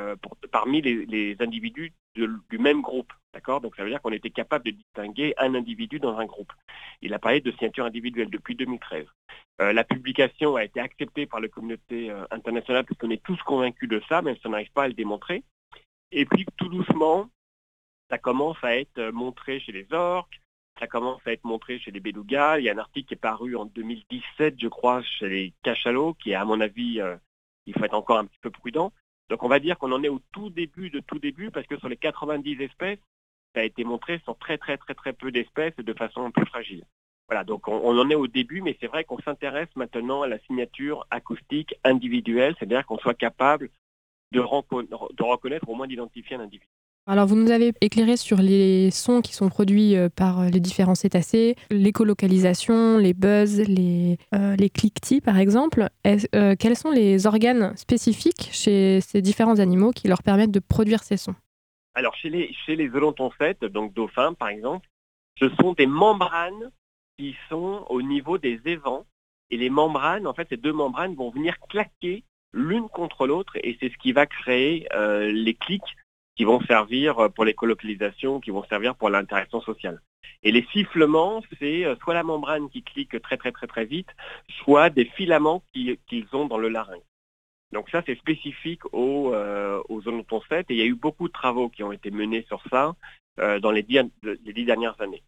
parmi les individus du même groupe. D'accord ? Donc ça veut dire qu'on était capable de distinguer un individu dans un groupe. Il a parlé de signature individuelle depuis 2013. La publication a été acceptée par la communauté internationale parce qu'on est tous convaincus de ça, même si on n'arrive pas à le démontrer. Et puis tout doucement, ça commence à être montré chez les orques, ça commence à être montré chez les belugas. Il y a un article qui est paru en 2017, je crois, chez les cachalots, qui est à mon avis, il faut être encore un petit peu prudent. Donc on va dire qu'on en est au tout début, parce que sur les 90 espèces, ça a été montré sur très très très très peu d'espèces et de façon un peu fragile. Voilà, donc on en est au début, mais c'est vrai qu'on s'intéresse maintenant à la signature acoustique individuelle, c'est-à-dire qu'on soit capable de reconnaître, au moins d'identifier un individu. Alors vous nous avez éclairé sur les sons qui sont produits par les différents cétacés, l'écolocalisation, les buzz, les cliquetis par exemple. Quels sont les organes spécifiques chez ces différents animaux qui leur permettent de produire ces sons? Alors chez les odontocètes, donc dauphins par exemple, ce sont des membranes qui sont au niveau des évents. Et les membranes, en fait, ces deux membranes vont venir claquer l'une contre l'autre et c'est ce qui va créer les clics qui vont servir pour les colocalisations, qui vont servir pour l'interaction sociale. Et les sifflements, c'est soit la membrane qui clique très très très très vite, soit des filaments qu'ils ont dans le larynx. Donc ça, c'est spécifique aux odontocètes et il y a eu beaucoup de travaux qui ont été menés sur ça dans les 10 dernières années.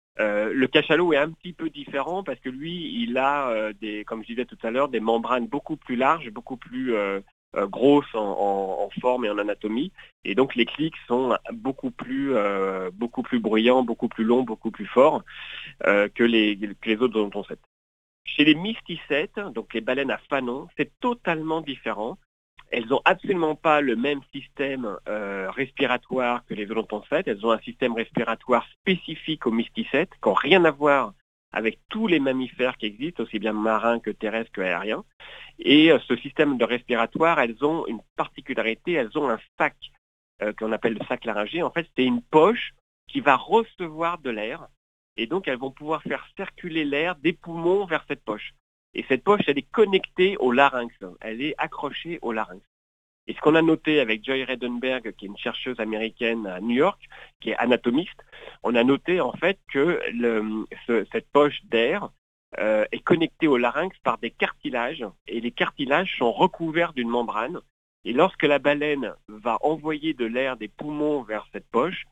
Le cachalot est un petit peu différent parce que lui, il a, comme je disais tout à l'heure, des membranes beaucoup plus larges, beaucoup plus grosses en forme et en anatomie. Et donc les clics sont beaucoup plus bruyants, beaucoup plus longs, beaucoup plus forts que les autres odontocètes. Chez les mysticètes, donc les baleines à fanon, c'est totalement différent. Elles n'ont absolument pas le même système respiratoire que les odontocètes. Elles ont un système respiratoire spécifique aux mysticètes, qui n'ont rien à voir avec tous les mammifères qui existent, aussi bien marins que terrestres que aériens. Et ce système de respiratoire, elles ont une particularité, elles ont un sac qu'on appelle le sac laryngé. En fait, c'est une poche qui va recevoir de l'air. Et donc, elles vont pouvoir faire circuler l'air des poumons vers cette poche. Et cette poche, elle est connectée au larynx. Elle est accrochée au larynx. Et ce qu'on a noté avec Joy Reidenberg, qui est une chercheuse américaine à New York, qui est anatomiste, on a noté en fait que cette poche d'air est connectée au larynx par des cartilages. Et les cartilages sont recouverts d'une membrane. Et lorsque la baleine va envoyer de l'air des poumons vers cette poche,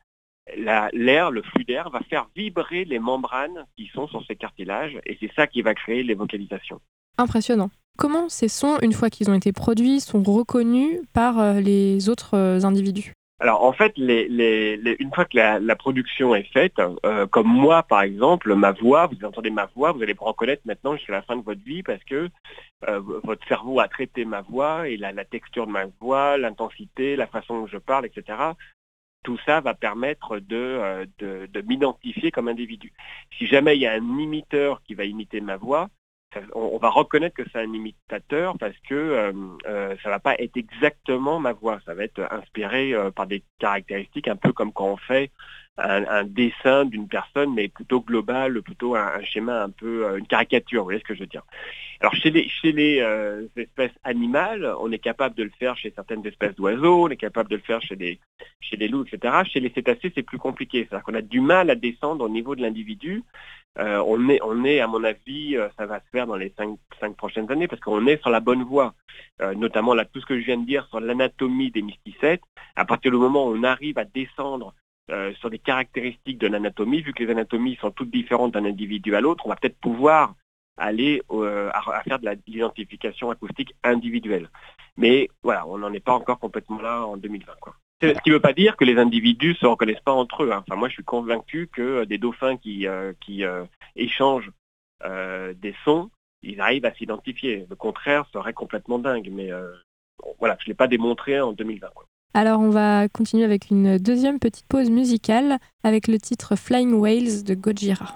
le flux d'air va faire vibrer les membranes qui sont sur ces cartilages et c'est ça qui va créer les vocalisations. Impressionnant. Comment ces sons, une fois qu'ils ont été produits, sont reconnus par les autres individus ? Alors en fait, une fois que la production est faite, comme moi par exemple, ma voix, vous entendez ma voix, vous allez me reconnaître maintenant jusqu'à la fin de votre vie parce que votre cerveau a traité ma voix et la texture de ma voix, l'intensité, la façon dont je parle, etc. Tout ça va permettre de m'identifier comme individu. Si jamais il y a un imiteur qui va imiter ma voix, on va reconnaître que c'est un imitateur parce que ça va pas être exactement ma voix. Ça va être inspiré par des caractéristiques un peu comme quand on fait un dessin d'une personne, mais plutôt global, plutôt un schéma un peu, une caricature, vous voyez ce que je veux dire. Alors chez les espèces animales, on est capable de le faire chez certaines espèces d'oiseaux, on est capable de le faire chez les loups, etc. Chez les cétacés, c'est plus compliqué. C'est-à-dire qu'on a du mal à descendre au niveau de l'individu. On est, à mon avis, ça va se faire dans les 5 prochaines années parce qu'on est sur la bonne voie. Notamment là, tout ce que je viens de dire sur l'anatomie des mysticètes. À partir du moment où on arrive à descendre sur des caractéristiques de l'anatomie, vu que les anatomies sont toutes différentes d'un individu à l'autre, on va peut-être pouvoir aller à faire de l'identification acoustique individuelle. Mais voilà, on n'en est pas encore complètement là en 2020, quoi. Ce qui ne veut pas dire que les individus ne se reconnaissent pas entre eux. Hein. Enfin, moi, je suis convaincu que des dauphins qui échangent des sons, ils arrivent à s'identifier. Le contraire serait complètement dingue. Mais voilà, je ne l'ai pas démontré en 2020, quoi. Alors, on va continuer avec une deuxième petite pause musicale avec le titre Flying Whales de Gojira.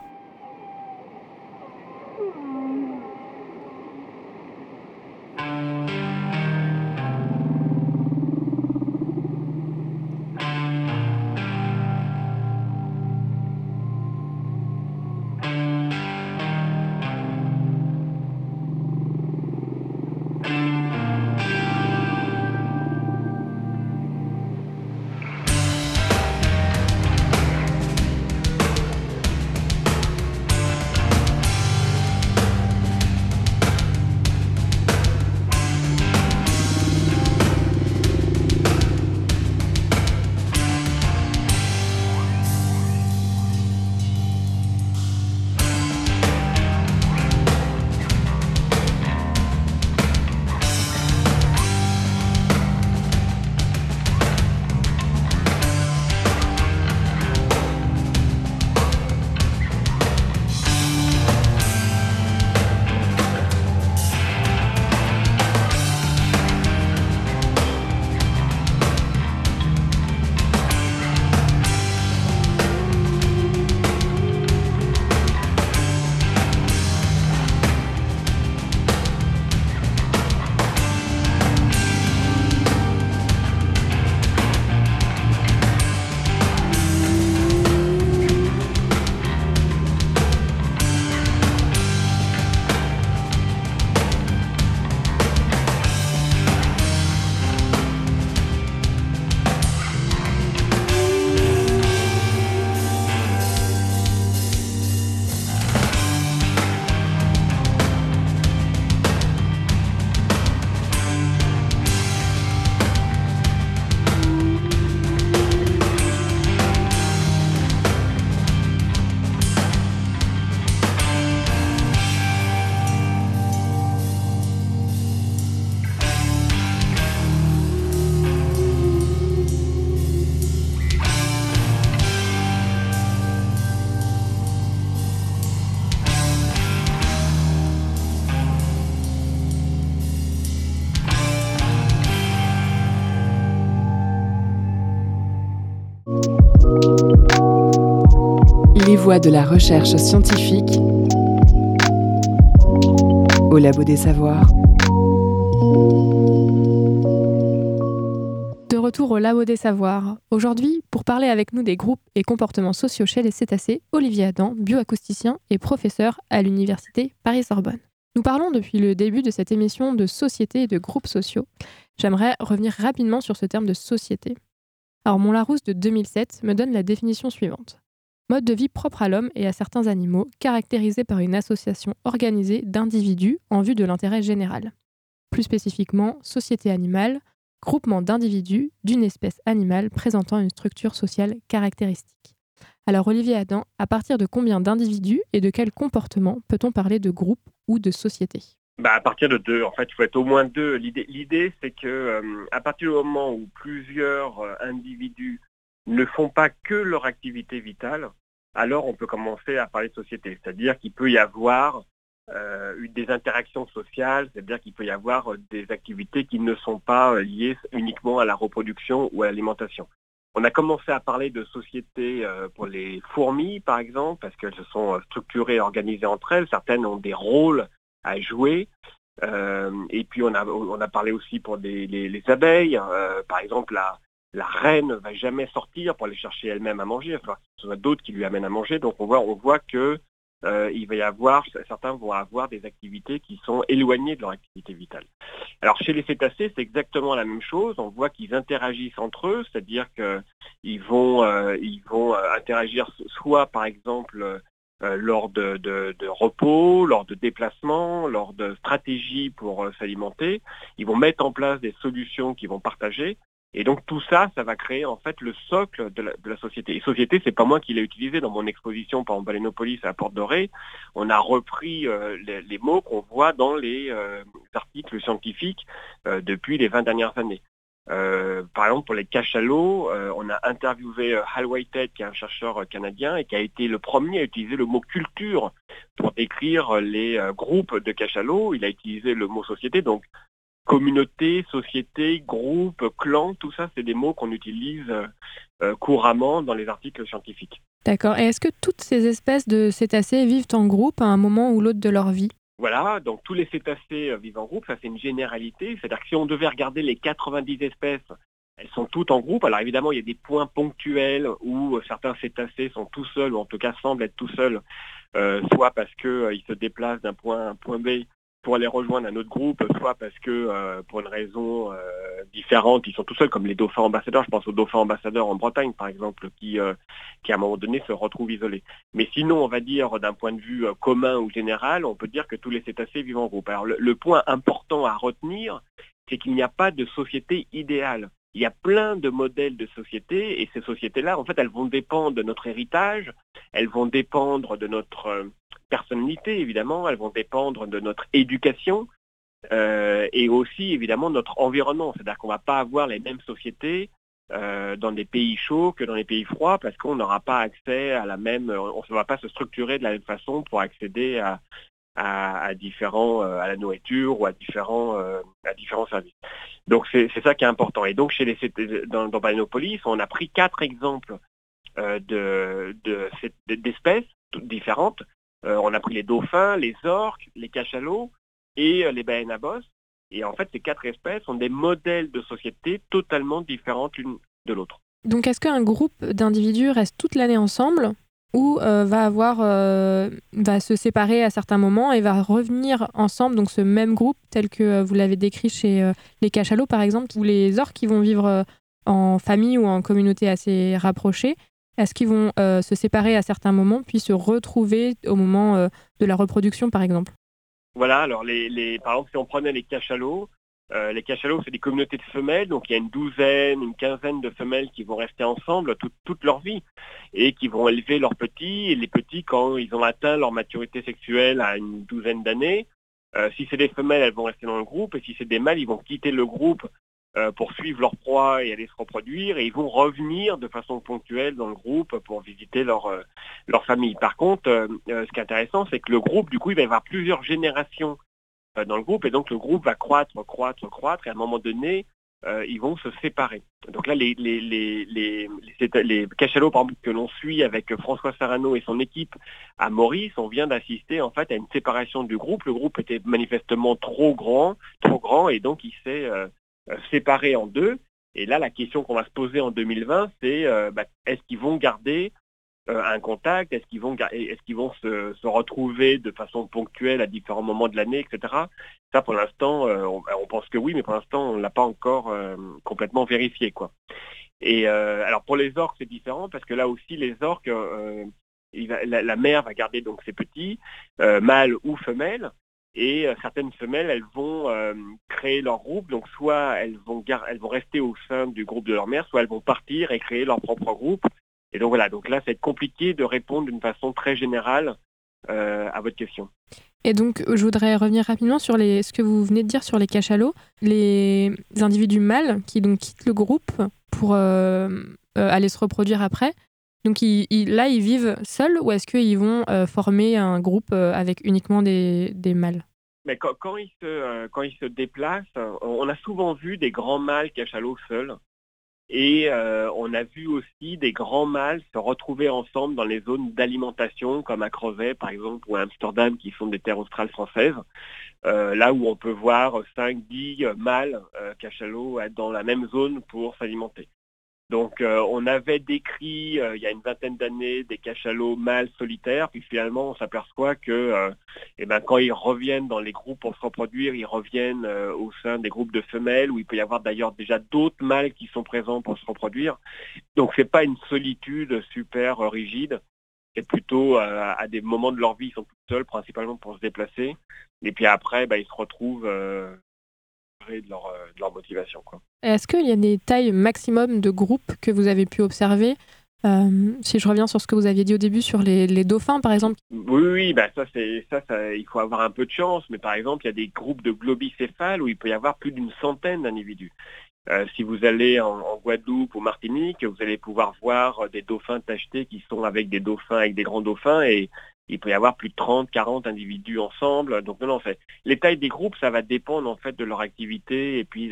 Les voies de la recherche scientifique au Labo des Savoirs. De retour au Labo des Savoirs. Aujourd'hui, pour parler avec nous des groupes et comportements sociaux chez les cétacés, Olivier Adam, bioacousticien et professeur à l'université Paris-Sorbonne. Nous parlons depuis le début de cette émission de société et de groupes sociaux. J'aimerais revenir rapidement sur ce terme de société. Alors, mon Larousse de 2007 me donne la définition suivante. Mode de vie propre à l'homme et à certains animaux, caractérisé par une association organisée d'individus en vue de l'intérêt général. Plus spécifiquement, société animale, groupement d'individus d'une espèce animale présentant une structure sociale caractéristique. Alors Olivier Adam, à partir de combien d'individus et de quel comportement peut-on parler de groupe ou de société ? À partir de 2, en fait, il faut être au moins 2. L'idée c'est que à partir du moment où plusieurs individus ne font pas que leur activité vitale, alors on peut commencer à parler de société. C'est-à-dire qu'il peut y avoir des interactions sociales, c'est-à-dire qu'il peut y avoir des activités qui ne sont pas liées uniquement à la reproduction ou à l'alimentation. On a commencé à parler de société pour les fourmis, par exemple, parce qu'elles se sont structurées et organisées entre elles. Certaines ont des rôles à jouer. Et puis on a parlé aussi pour les abeilles. Par exemple, la reine ne va jamais sortir pour aller chercher elle-même à manger. Il va falloir que ce soit d'autres qui lui amènent à manger. Donc on voit que il va y avoir, certains vont avoir des activités qui sont éloignées de leur activité vitale. Alors chez les cétacés, c'est exactement la même chose. On voit qu'ils interagissent entre eux, c'est-à-dire qu'ils vont interagir soit par exemple lors de repos, lors de déplacements, lors de stratégies pour s'alimenter. Ils vont mettre en place des solutions qu'ils vont partager. Et donc tout ça, ça va créer en fait le socle de la société. Et société, c'est pas moi qui l'ai utilisé dans mon exposition par exemple Balénopolis à Porte Dorée. On a repris les mots qu'on voit dans les articles scientifiques depuis les 20 dernières années. Par exemple, pour les cachalots, on a interviewé Hal Whitehead, qui est un chercheur canadien et qui a été le premier à utiliser le mot culture pour décrire les groupes de cachalots. Il a utilisé le mot société, donc communauté, société, groupe, clan, tout ça, c'est des mots qu'on utilise couramment dans les articles scientifiques. D'accord. Et est-ce que toutes ces espèces de cétacés vivent en groupe à un moment ou l'autre de leur vie ? Voilà, donc tous les cétacés vivent en groupe, ça c'est une généralité. C'est-à-dire que si on devait regarder les 90 espèces, elles sont toutes en groupe. Alors évidemment, il y a des points ponctuels où certains cétacés sont tout seuls, ou en tout cas semblent être tout seuls, soit parce qu'ils se déplacent d'un point A à un point B, pour aller rejoindre un autre groupe, soit parce que pour une raison différente, ils sont tout seuls, comme les dauphins ambassadeurs. Je pense aux dauphins ambassadeurs en Bretagne, par exemple, qui à un moment donné se retrouvent isolés. Mais sinon, on va dire, d'un point de vue commun ou général, on peut dire que tous les cétacés vivent en groupe. Alors le point important à retenir, c'est qu'il n'y a pas de société idéale. Il y a plein de modèles de société, et ces sociétés-là, en fait, elles vont dépendre de notre héritage, elles vont dépendre de notre personnalité, évidemment, elles vont dépendre de notre éducation et aussi, évidemment, notre environnement. C'est-à-dire qu'on ne va pas avoir les mêmes sociétés dans des pays chauds que dans les pays froids, parce qu'on n'aura pas accès à la même... On ne va pas se structurer de la même façon pour accéder à la nourriture ou à différents services. Donc c'est ça qui est important. Et donc dans Balénopolis, on a pris 4 exemples d'espèces toutes différentes. On a pris les dauphins, les orques, les cachalots et les baleines à bosse. Et en fait, ces 4 espèces ont des modèles de société totalement différentes l'une de l'autre. Donc est-ce qu'un groupe d'individus reste toute l'année ensemble ou va se séparer à certains moments et va revenir ensemble, donc ce même groupe tel que vous l'avez décrit chez les cachalots par exemple, ou les orques qui vont vivre en famille ou en communauté assez rapprochée? Est-ce qu'ils vont se séparer à certains moments puis se retrouver au moment de la reproduction par exemple? Voilà, alors par exemple si on prenait les cachalots, c'est des communautés de femelles, donc il y a une quinzaine de femelles qui vont rester ensemble toute leur vie et qui vont élever leurs petits, et les petits, quand ils ont atteint leur maturité sexuelle à une douzaine d'années, si c'est des femelles, elles vont rester dans le groupe, et si c'est des mâles, ils vont quitter le groupe pour suivre leur proie et aller se reproduire, et ils vont revenir de façon ponctuelle dans le groupe pour visiter leur famille. Par contre, ce qui est intéressant, c'est que le groupe, du coup, il va y avoir plusieurs générations dans le groupe, et donc le groupe va croître, et à un moment donné, ils vont se séparer. Donc là, les cachalots, par exemple, que l'on suit avec François Sarano et son équipe à Maurice, on vient d'assister en fait à une séparation du groupe. Le groupe était manifestement trop grand, et donc il s'est séparé en deux. Et là, la question qu'on va se poser en 2020, c'est est-ce qu'ils vont garder un contact, est-ce qu'ils vont se retrouver de façon ponctuelle à différents moments de l'année, etc. Ça, pour l'instant, on pense que oui, mais pour l'instant, on ne l'a pas encore complètement vérifié, quoi. Et alors pour les orques, c'est différent parce que là aussi, les orques, la mère va garder donc ses petits, mâles ou femelles. Et certaines femelles, elles vont créer leur groupe, donc soit elles vont rester au sein du groupe de leur mère, soit elles vont partir et créer leur propre groupe. Et donc voilà, donc là, c'est compliqué de répondre d'une façon très générale à votre question. Et donc, je voudrais revenir rapidement sur ce que vous venez de dire sur les cachalots. Les individus mâles qui donc quittent le groupe pour aller se reproduire après, donc là, ils vivent seuls ou est-ce qu'ils vont former un groupe avec uniquement des mâles ? Mais quand ils se déplacent, on a souvent vu des grands mâles cachalots seuls. Et on a vu aussi des grands mâles se retrouver ensemble dans les zones d'alimentation, comme à Crozet par exemple, ou à Amsterdam, qui sont des terres australes françaises, là où on peut voir 5-10 mâles cachalots être dans la même zone pour s'alimenter. Donc on avait décrit il y a une vingtaine d'années des cachalots mâles solitaires, puis finalement on s'aperçoit que quand ils reviennent dans les groupes pour se reproduire, ils reviennent au sein des groupes de femelles, où il peut y avoir d'ailleurs déjà d'autres mâles qui sont présents pour se reproduire. Donc c'est pas une solitude super rigide, c'est plutôt à des moments de leur vie, ils sont tout seuls, principalement pour se déplacer, et puis après ils se retrouvent de leur motivation, quoi. Est-ce qu'il y a des tailles maximum de groupes que vous avez pu observer ? Si je reviens sur ce que vous aviez dit au début sur les dauphins, par exemple. Oui, ça, il faut avoir un peu de chance, mais par exemple, il y a des groupes de globicéphales où il peut y avoir plus d'une centaine d'individus. Si vous allez en Guadeloupe ou Martinique, vous allez pouvoir voir des dauphins tachetés qui sont avec des dauphins, avec des grands dauphins, et il peut y avoir plus de 30, 40 individus ensemble. Donc non, en fait, les tailles des groupes, ça va dépendre en fait de leur activité, et puis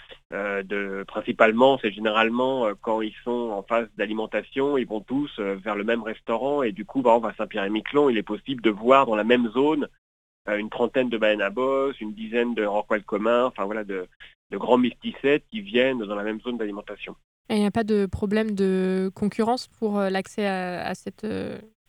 principalement, c'est généralement quand ils sont en phase d'alimentation, ils vont tous vers le même restaurant, et du coup, on va à Saint-Pierre-et-Miquelon, il est possible de voir dans la même zone une trentaine de baleines à bosse, une dizaine de rorquals communs, enfin voilà, de grands mysticètes qui viennent dans la même zone d'alimentation. Et il n'y a pas de problème de concurrence pour l'accès à cette nourriture ?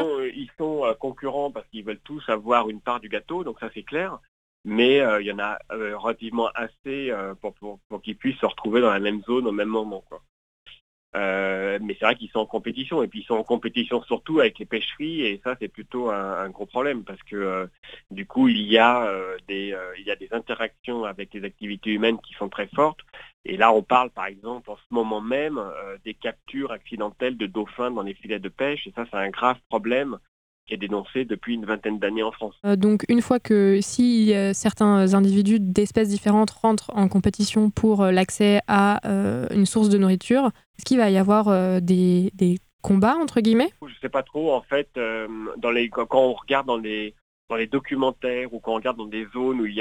Ils sont concurrents parce qu'ils veulent tous avoir une part du gâteau, donc ça c'est clair. Mais il y en a relativement assez pour qu'ils puissent se retrouver dans la même zone au même moment, quoi. Mais c'est vrai qu'ils sont en compétition, et puis ils sont en compétition surtout avec les pêcheries, et ça c'est plutôt un gros problème parce que du coup il y a des interactions avec les activités humaines qui sont très fortes, et là on parle par exemple en ce moment même des captures accidentelles de dauphins dans les filets de pêche, et ça c'est un grave problème qui est dénoncé depuis une vingtaine d'années en France. Donc une fois que si certains individus d'espèces différentes rentrent en compétition pour l'accès à une source de nourriture, est-ce qu'il va y avoir des combats entre guillemets ? Je ne sais pas trop en fait, quand on regarde dans les documentaires, ou quand on regarde dans des zones où il y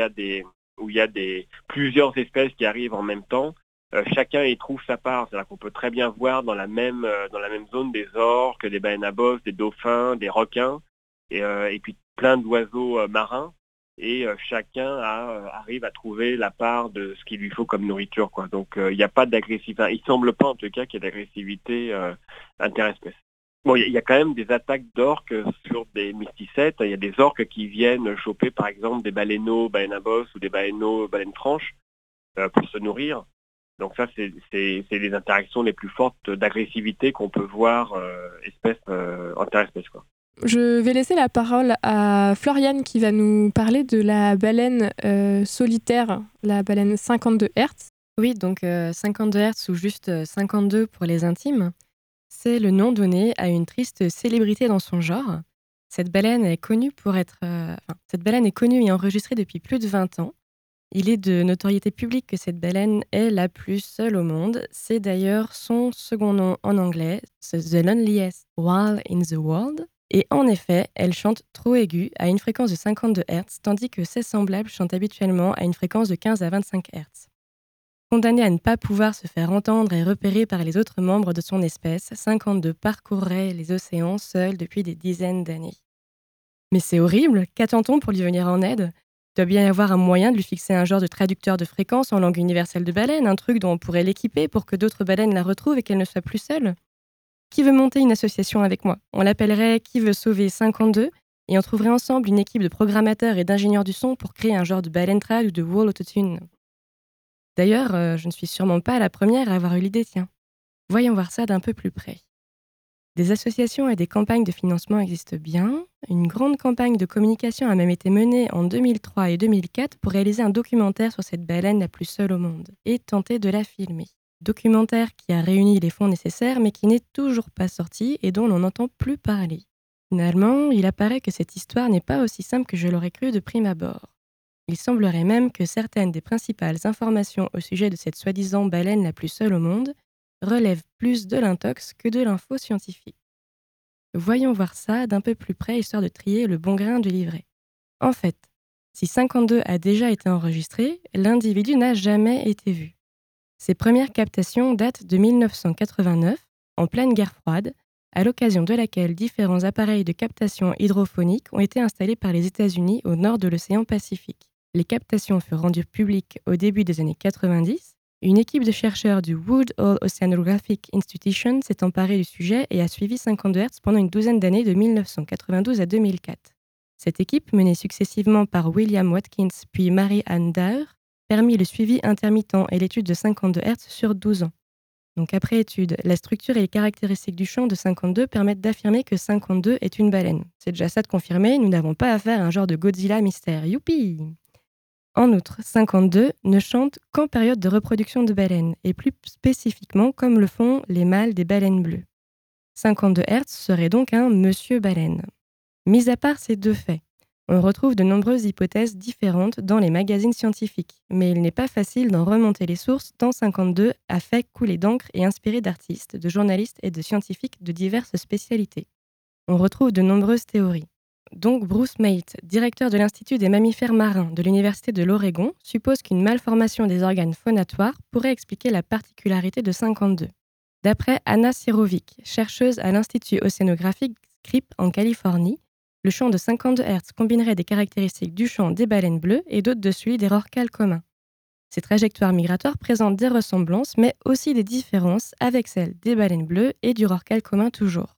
a plusieurs espèces qui arrivent en même temps, chacun y trouve sa part. C'est-à-dire qu'on peut très bien voir dans la même zone des orques, des baleines à bosse, des dauphins, des requins, et puis plein d'oiseaux marins. Et chacun arrive à trouver la part de ce qu'il lui faut comme nourriture, quoi. Donc il n'y a pas d'agressivité. Il ne semble pas en tout cas qu'il y ait d'agressivité interespèce. Bon, il y a quand même des attaques d'orques sur des mysticètes. Il y a des orques qui viennent choper par exemple des baleineaux, baleines à bosse, ou des baleineaux, baleines franches pour se nourrir. Donc ça, c'est les interactions les plus fortes d'agressivité qu'on peut voir interespèce, quoi. Je vais laisser la parole à Floriane qui va nous parler de la baleine solitaire, la baleine 52 Hz. Oui, donc 52 Hz ou juste 52 pour les intimes, c'est le nom donné à une triste célébrité dans son genre. Cette baleine est connue et enregistrée depuis plus de 20 ans. Il est de notoriété publique que cette baleine est la plus seule au monde. C'est d'ailleurs son second nom en anglais, c'est The Loneliest Whale in the World. Et en effet, elle chante trop aiguë à une fréquence de 52 Hz, tandis que ses semblables chantent habituellement à une fréquence de 15 à 25 Hz. Condamné à ne pas pouvoir se faire entendre et repérer par les autres membres de son espèce, 52 parcourrait les océans seul depuis des dizaines d'années. Mais c'est horrible, qu'attend-on pour lui venir en aide ? Il doit bien y avoir un moyen de lui fixer un genre de traducteur de fréquence en langue universelle de baleine, un truc dont on pourrait l'équiper pour que d'autres baleines la retrouvent et qu'elle ne soit plus seule. Qui veut monter une association avec moi ? On l'appellerait Qui veut sauver 52 et on trouverait ensemble une équipe de programmateurs et d'ingénieurs du son pour créer un genre de baleine trad ou de wall autotune. D'ailleurs, je ne suis sûrement pas la première à avoir eu l'idée, tiens. Voyons voir ça d'un peu plus près. Des associations et des campagnes de financement existent bien. Une grande campagne de communication a même été menée en 2003 et 2004 pour réaliser un documentaire sur cette baleine la plus seule au monde et tenter de la filmer. Documentaire qui a réuni les fonds nécessaires mais qui n'est toujours pas sorti et dont l'on n'entend plus parler. Finalement, il apparaît que cette histoire n'est pas aussi simple que je l'aurais cru de prime abord. Il semblerait même que certaines des principales informations au sujet de cette soi-disant baleine la plus seule au monde relèvent plus de l'intox que de l'info scientifique. Voyons voir ça d'un peu plus près histoire de trier le bon grain du livret. En fait, si 52 a déjà été enregistré, l'individu n'a jamais été vu. Ses premières captations datent de 1989, en pleine guerre froide, à l'occasion de laquelle différents appareils de captation hydrophonique ont été installés par les États-Unis au nord de l'océan Pacifique. Les captations furent rendues publiques au début des années 90. Une équipe de chercheurs du Woodhull Oceanographic Institution s'est emparée du sujet et a suivi 52 Hz pendant une douzaine d'années de 1992 à 2004. Cette équipe, menée successivement par William Watkins puis Mary-Ann Daher, permit le suivi intermittent et l'étude de 52 Hz sur 12 ans. Donc après étude, la structure et les caractéristiques du chant de 52 permettent d'affirmer que 52 est une baleine. C'est déjà ça de confirmer, nous n'avons pas affaire à un genre de Godzilla mystère. Youpi ! En outre, 52 ne chante qu'en période de reproduction de baleines, et plus spécifiquement comme le font les mâles des baleines bleues. 52 Hz serait donc un monsieur baleine. Mis à part ces deux faits, on retrouve de nombreuses hypothèses différentes dans les magazines scientifiques, mais il n'est pas facile d'en remonter les sources tant 52 a fait couler d'encre et inspiré d'artistes, de journalistes et de scientifiques de diverses spécialités. On retrouve de nombreuses théories. Donc Bruce Mate, directeur de l'Institut des mammifères marins de l'Université de l'Oregon, suppose qu'une malformation des organes phonatoires pourrait expliquer la particularité de 52. D'après Anna Sirovic, chercheuse à l'Institut océanographique Scripps en Californie, le chant de 52 Hz combinerait des caractéristiques du chant des baleines bleues et d'autres de celui des rorquals communs. Ces trajectoires migratoires présentent des ressemblances, mais aussi des différences avec celles des baleines bleues et du rorqual commun toujours.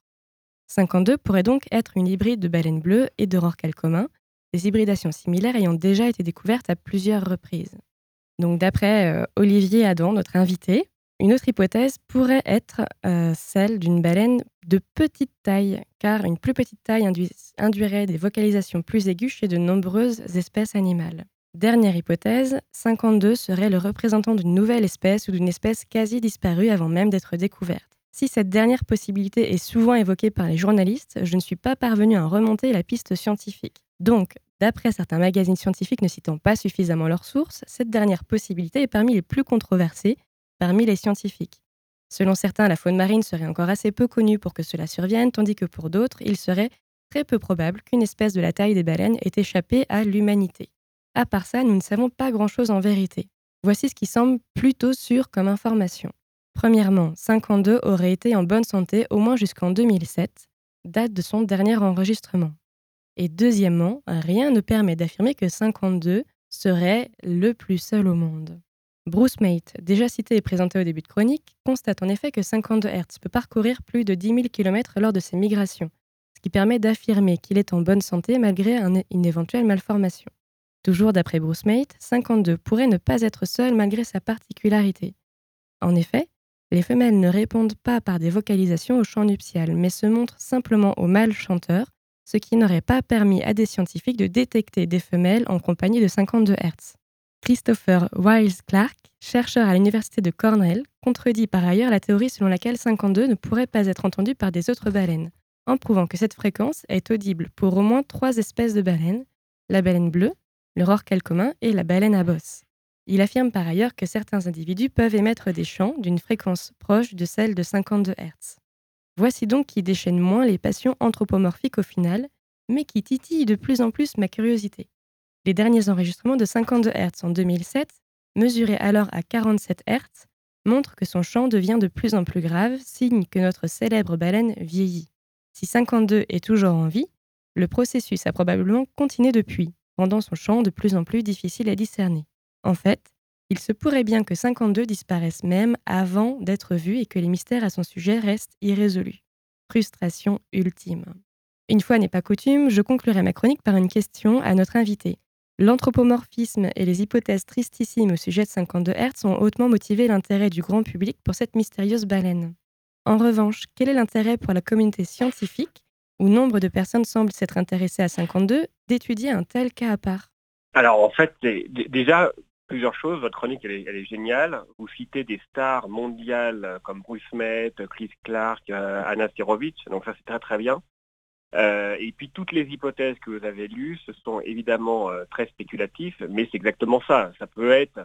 52 pourrait donc être une hybride de baleine bleue et de rorqual commun, des hybridations similaires ayant déjà été découvertes à plusieurs reprises. Donc d'après Olivier Adam, notre invité, une autre hypothèse pourrait être celle d'une baleine de petite taille, car une plus petite taille induirait des vocalisations plus aiguës chez de nombreuses espèces animales. Dernière hypothèse, 52 serait le représentant d'une nouvelle espèce ou d'une espèce quasi disparue avant même d'être découverte. Si cette dernière possibilité est souvent évoquée par les journalistes, je ne suis pas parvenue à remonter la piste scientifique. Donc, d'après certains magazines scientifiques ne citant pas suffisamment leurs sources, cette dernière possibilité est parmi les plus controversées parmi les scientifiques. Selon certains, la faune marine serait encore assez peu connue pour que cela survienne, tandis que pour d'autres, il serait très peu probable qu'une espèce de la taille des baleines ait échappé à l'humanité. À part ça, nous ne savons pas grand-chose en vérité. Voici ce qui semble plutôt sûr comme information. Premièrement, 52 aurait été en bonne santé au moins jusqu'en 2007, date de son dernier enregistrement. Et deuxièmement, rien ne permet d'affirmer que 52 serait le plus seul au monde. Bruce Mate, déjà cité et présenté au début de chronique, constate en effet que 52 Hz peut parcourir plus de 10 000 km lors de ses migrations, ce qui permet d'affirmer qu'il est en bonne santé malgré une éventuelle malformation. Toujours d'après Bruce Mate, 52 pourrait ne pas être seul malgré sa particularité. En effet, les femelles ne répondent pas par des vocalisations au chant nuptial, mais se montrent simplement aux mâles chanteurs, ce qui n'aurait pas permis à des scientifiques de détecter des femelles en compagnie de 52 Hz. Christopher Wiles-Clark, chercheur à l'université de Cornell, contredit par ailleurs la théorie selon laquelle 52 ne pourrait pas être entendu par des autres baleines, en prouvant que cette fréquence est audible pour au moins 3 espèces de baleines, la baleine bleue, le rorqual commun et la baleine à bosse. Il affirme par ailleurs que certains individus peuvent émettre des chants d'une fréquence proche de celle de 52 Hz. Voici donc qui déchaîne moins les passions anthropomorphiques au final, mais qui titille de plus en plus ma curiosité. Les derniers enregistrements de 52 Hz en 2007 mesuré alors à 47 Hz, montre que son chant devient de plus en plus grave, signe que notre célèbre baleine vieillit. Si 52 est toujours en vie, le processus a probablement continué depuis, rendant son chant de plus en plus difficile à discerner. En fait, il se pourrait bien que 52 disparaisse même avant d'être vu et que les mystères à son sujet restent irrésolus. Frustration ultime. Une fois n'est pas coutume, je conclurai ma chronique par une question à notre invité. L'anthropomorphisme et les hypothèses tristissimes au sujet de 52 Hz ont hautement motivé l'intérêt du grand public pour cette mystérieuse baleine. En revanche, quel est l'intérêt pour la communauté scientifique, où nombre de personnes semblent s'être intéressées à 52, d'étudier un tel cas à part ? Alors en fait, déjà, plusieurs choses. Votre chronique, elle est géniale. Vous citez des stars mondiales comme Bruce Smith, Chris Clark, Anna Sirovic, donc ça c'est très très bien. Et puis toutes les hypothèses que vous avez lues, ce sont évidemment très spéculatifs, mais c'est exactement ça. Ça peut être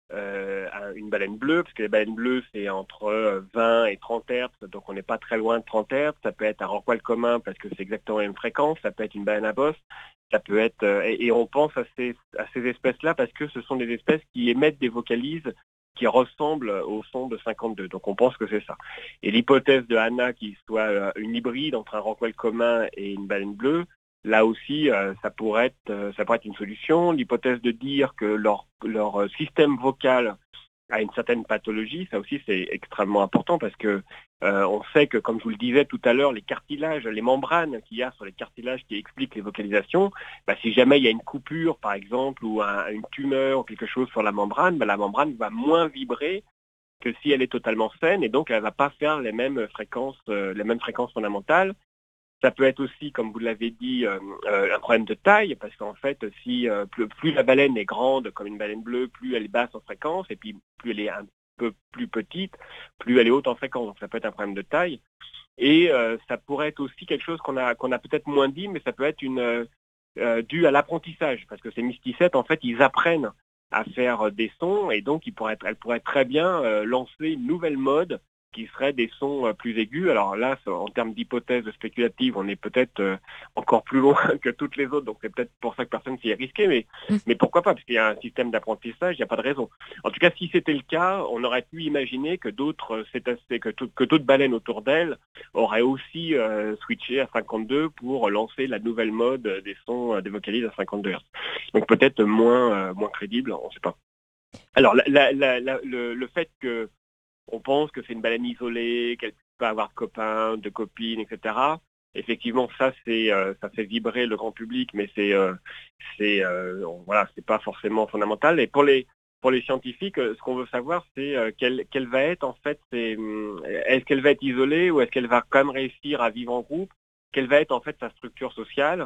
une baleine bleue, parce que les baleines bleues c'est entre 20 et 30 Hz, donc on n'est pas très loin de 30 Hz. Ça peut être un rorqual commun parce que c'est exactement la même fréquence, ça peut être une baleine à bosse, ça peut être et on pense à ces espèces-là parce que ce sont des espèces qui émettent des vocalises qui ressemblent au son de 52. Donc on pense que c'est ça. Et l'hypothèse de Anna qui soit une hybride entre un rorqual commun et une baleine bleue, là aussi, ça pourrait être une solution. L'hypothèse de dire que leur système vocal a une certaine pathologie, ça aussi c'est extrêmement important parce que on sait que, comme je vous le disais tout à l'heure, les cartilages, les membranes qu'il y a sur les cartilages qui expliquent les vocalisations, si jamais il y a une coupure par exemple ou une tumeur ou quelque chose sur la membrane va moins vibrer que si elle est totalement saine et donc elle ne va pas faire les mêmes fréquences fondamentales. Ça peut être aussi, comme vous l'avez dit, un problème de taille, parce qu'en fait, si plus la baleine est grande, comme une baleine bleue, plus elle est basse en fréquence, et puis plus elle est un peu plus petite, plus elle est haute en fréquence. Donc ça peut être un problème de taille. Et ça pourrait être aussi quelque chose qu'on a peut-être moins dit, mais ça peut être dû à l'apprentissage, parce que ces mysticètes, en fait, ils apprennent à faire des sons, et donc elle pourrait très bien lancer une nouvelle mode qui seraient des sons plus aigus. Alors là, en termes d'hypothèses spéculatives, on est peut-être encore plus loin que toutes les autres, donc c'est peut-être pour ça que personne s'y est risqué, mais pourquoi pas, parce qu'il y a un système d'apprentissage, il n'y a pas de raison. En tout cas, si c'était le cas, on aurait pu imaginer que d'autres cétacés, que d'autres baleines autour d'elles auraient aussi switché à 52 pour lancer la nouvelle mode des sons, des vocalises à 52 Hz. Donc peut-être moins crédible, on ne sait pas. Alors le fait que on pense que c'est une baleine isolée, qu'elle peut avoir de copains, de copines, etc. Effectivement, ça fait vibrer le grand public, mais c'est pas forcément fondamental. Et pour les scientifiques, ce qu'on veut savoir, c'est quelle va être en fait, est-ce qu'elle va être isolée ou est-ce qu'elle va quand même réussir à vivre en groupe? Quelle va être en fait sa structure sociale?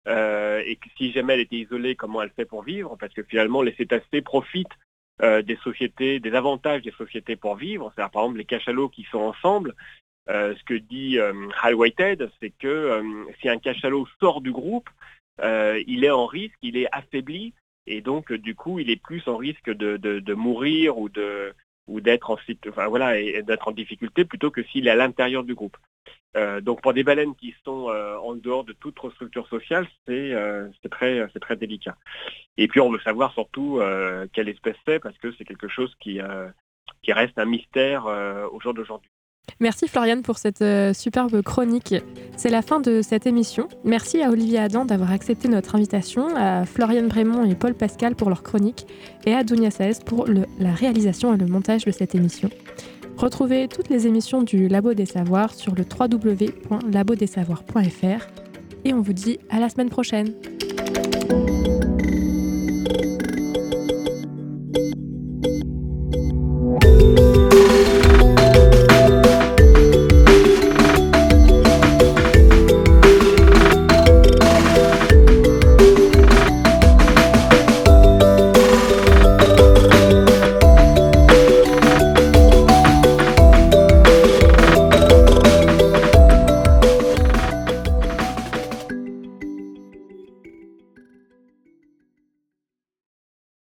Et que si jamais elle était isolée, comment elle fait pour vivre? Parce que finalement, les cétacés profitent des sociétés, des avantages des sociétés pour vivre. C'est-à-dire, par exemple, les cachalots qui sont ensemble, ce que dit Hal Whitehead, c'est que si un cachalot sort du groupe, il est en risque, il est affaibli, et donc du coup, il est plus en risque de mourir ou d'être d'être en difficulté plutôt que s'il est à l'intérieur du groupe. Donc pour des baleines qui sont en dehors de toute structure sociale, c'est très délicat. Et puis on veut savoir surtout quelle espèce c'est, parce que c'est quelque chose qui reste un mystère au jour d'aujourd'hui. Merci Floriane pour cette superbe chronique. C'est la fin de cette émission. Merci à Olivier Adam d'avoir accepté notre invitation, à Floriane Brémond et Paul Pascal pour leur chronique, et à Dounia Saez pour la réalisation et le montage de cette émission. Retrouvez toutes les émissions du Labo des Savoirs sur le www.labodessavoirs.fr et on vous dit à la semaine prochaine.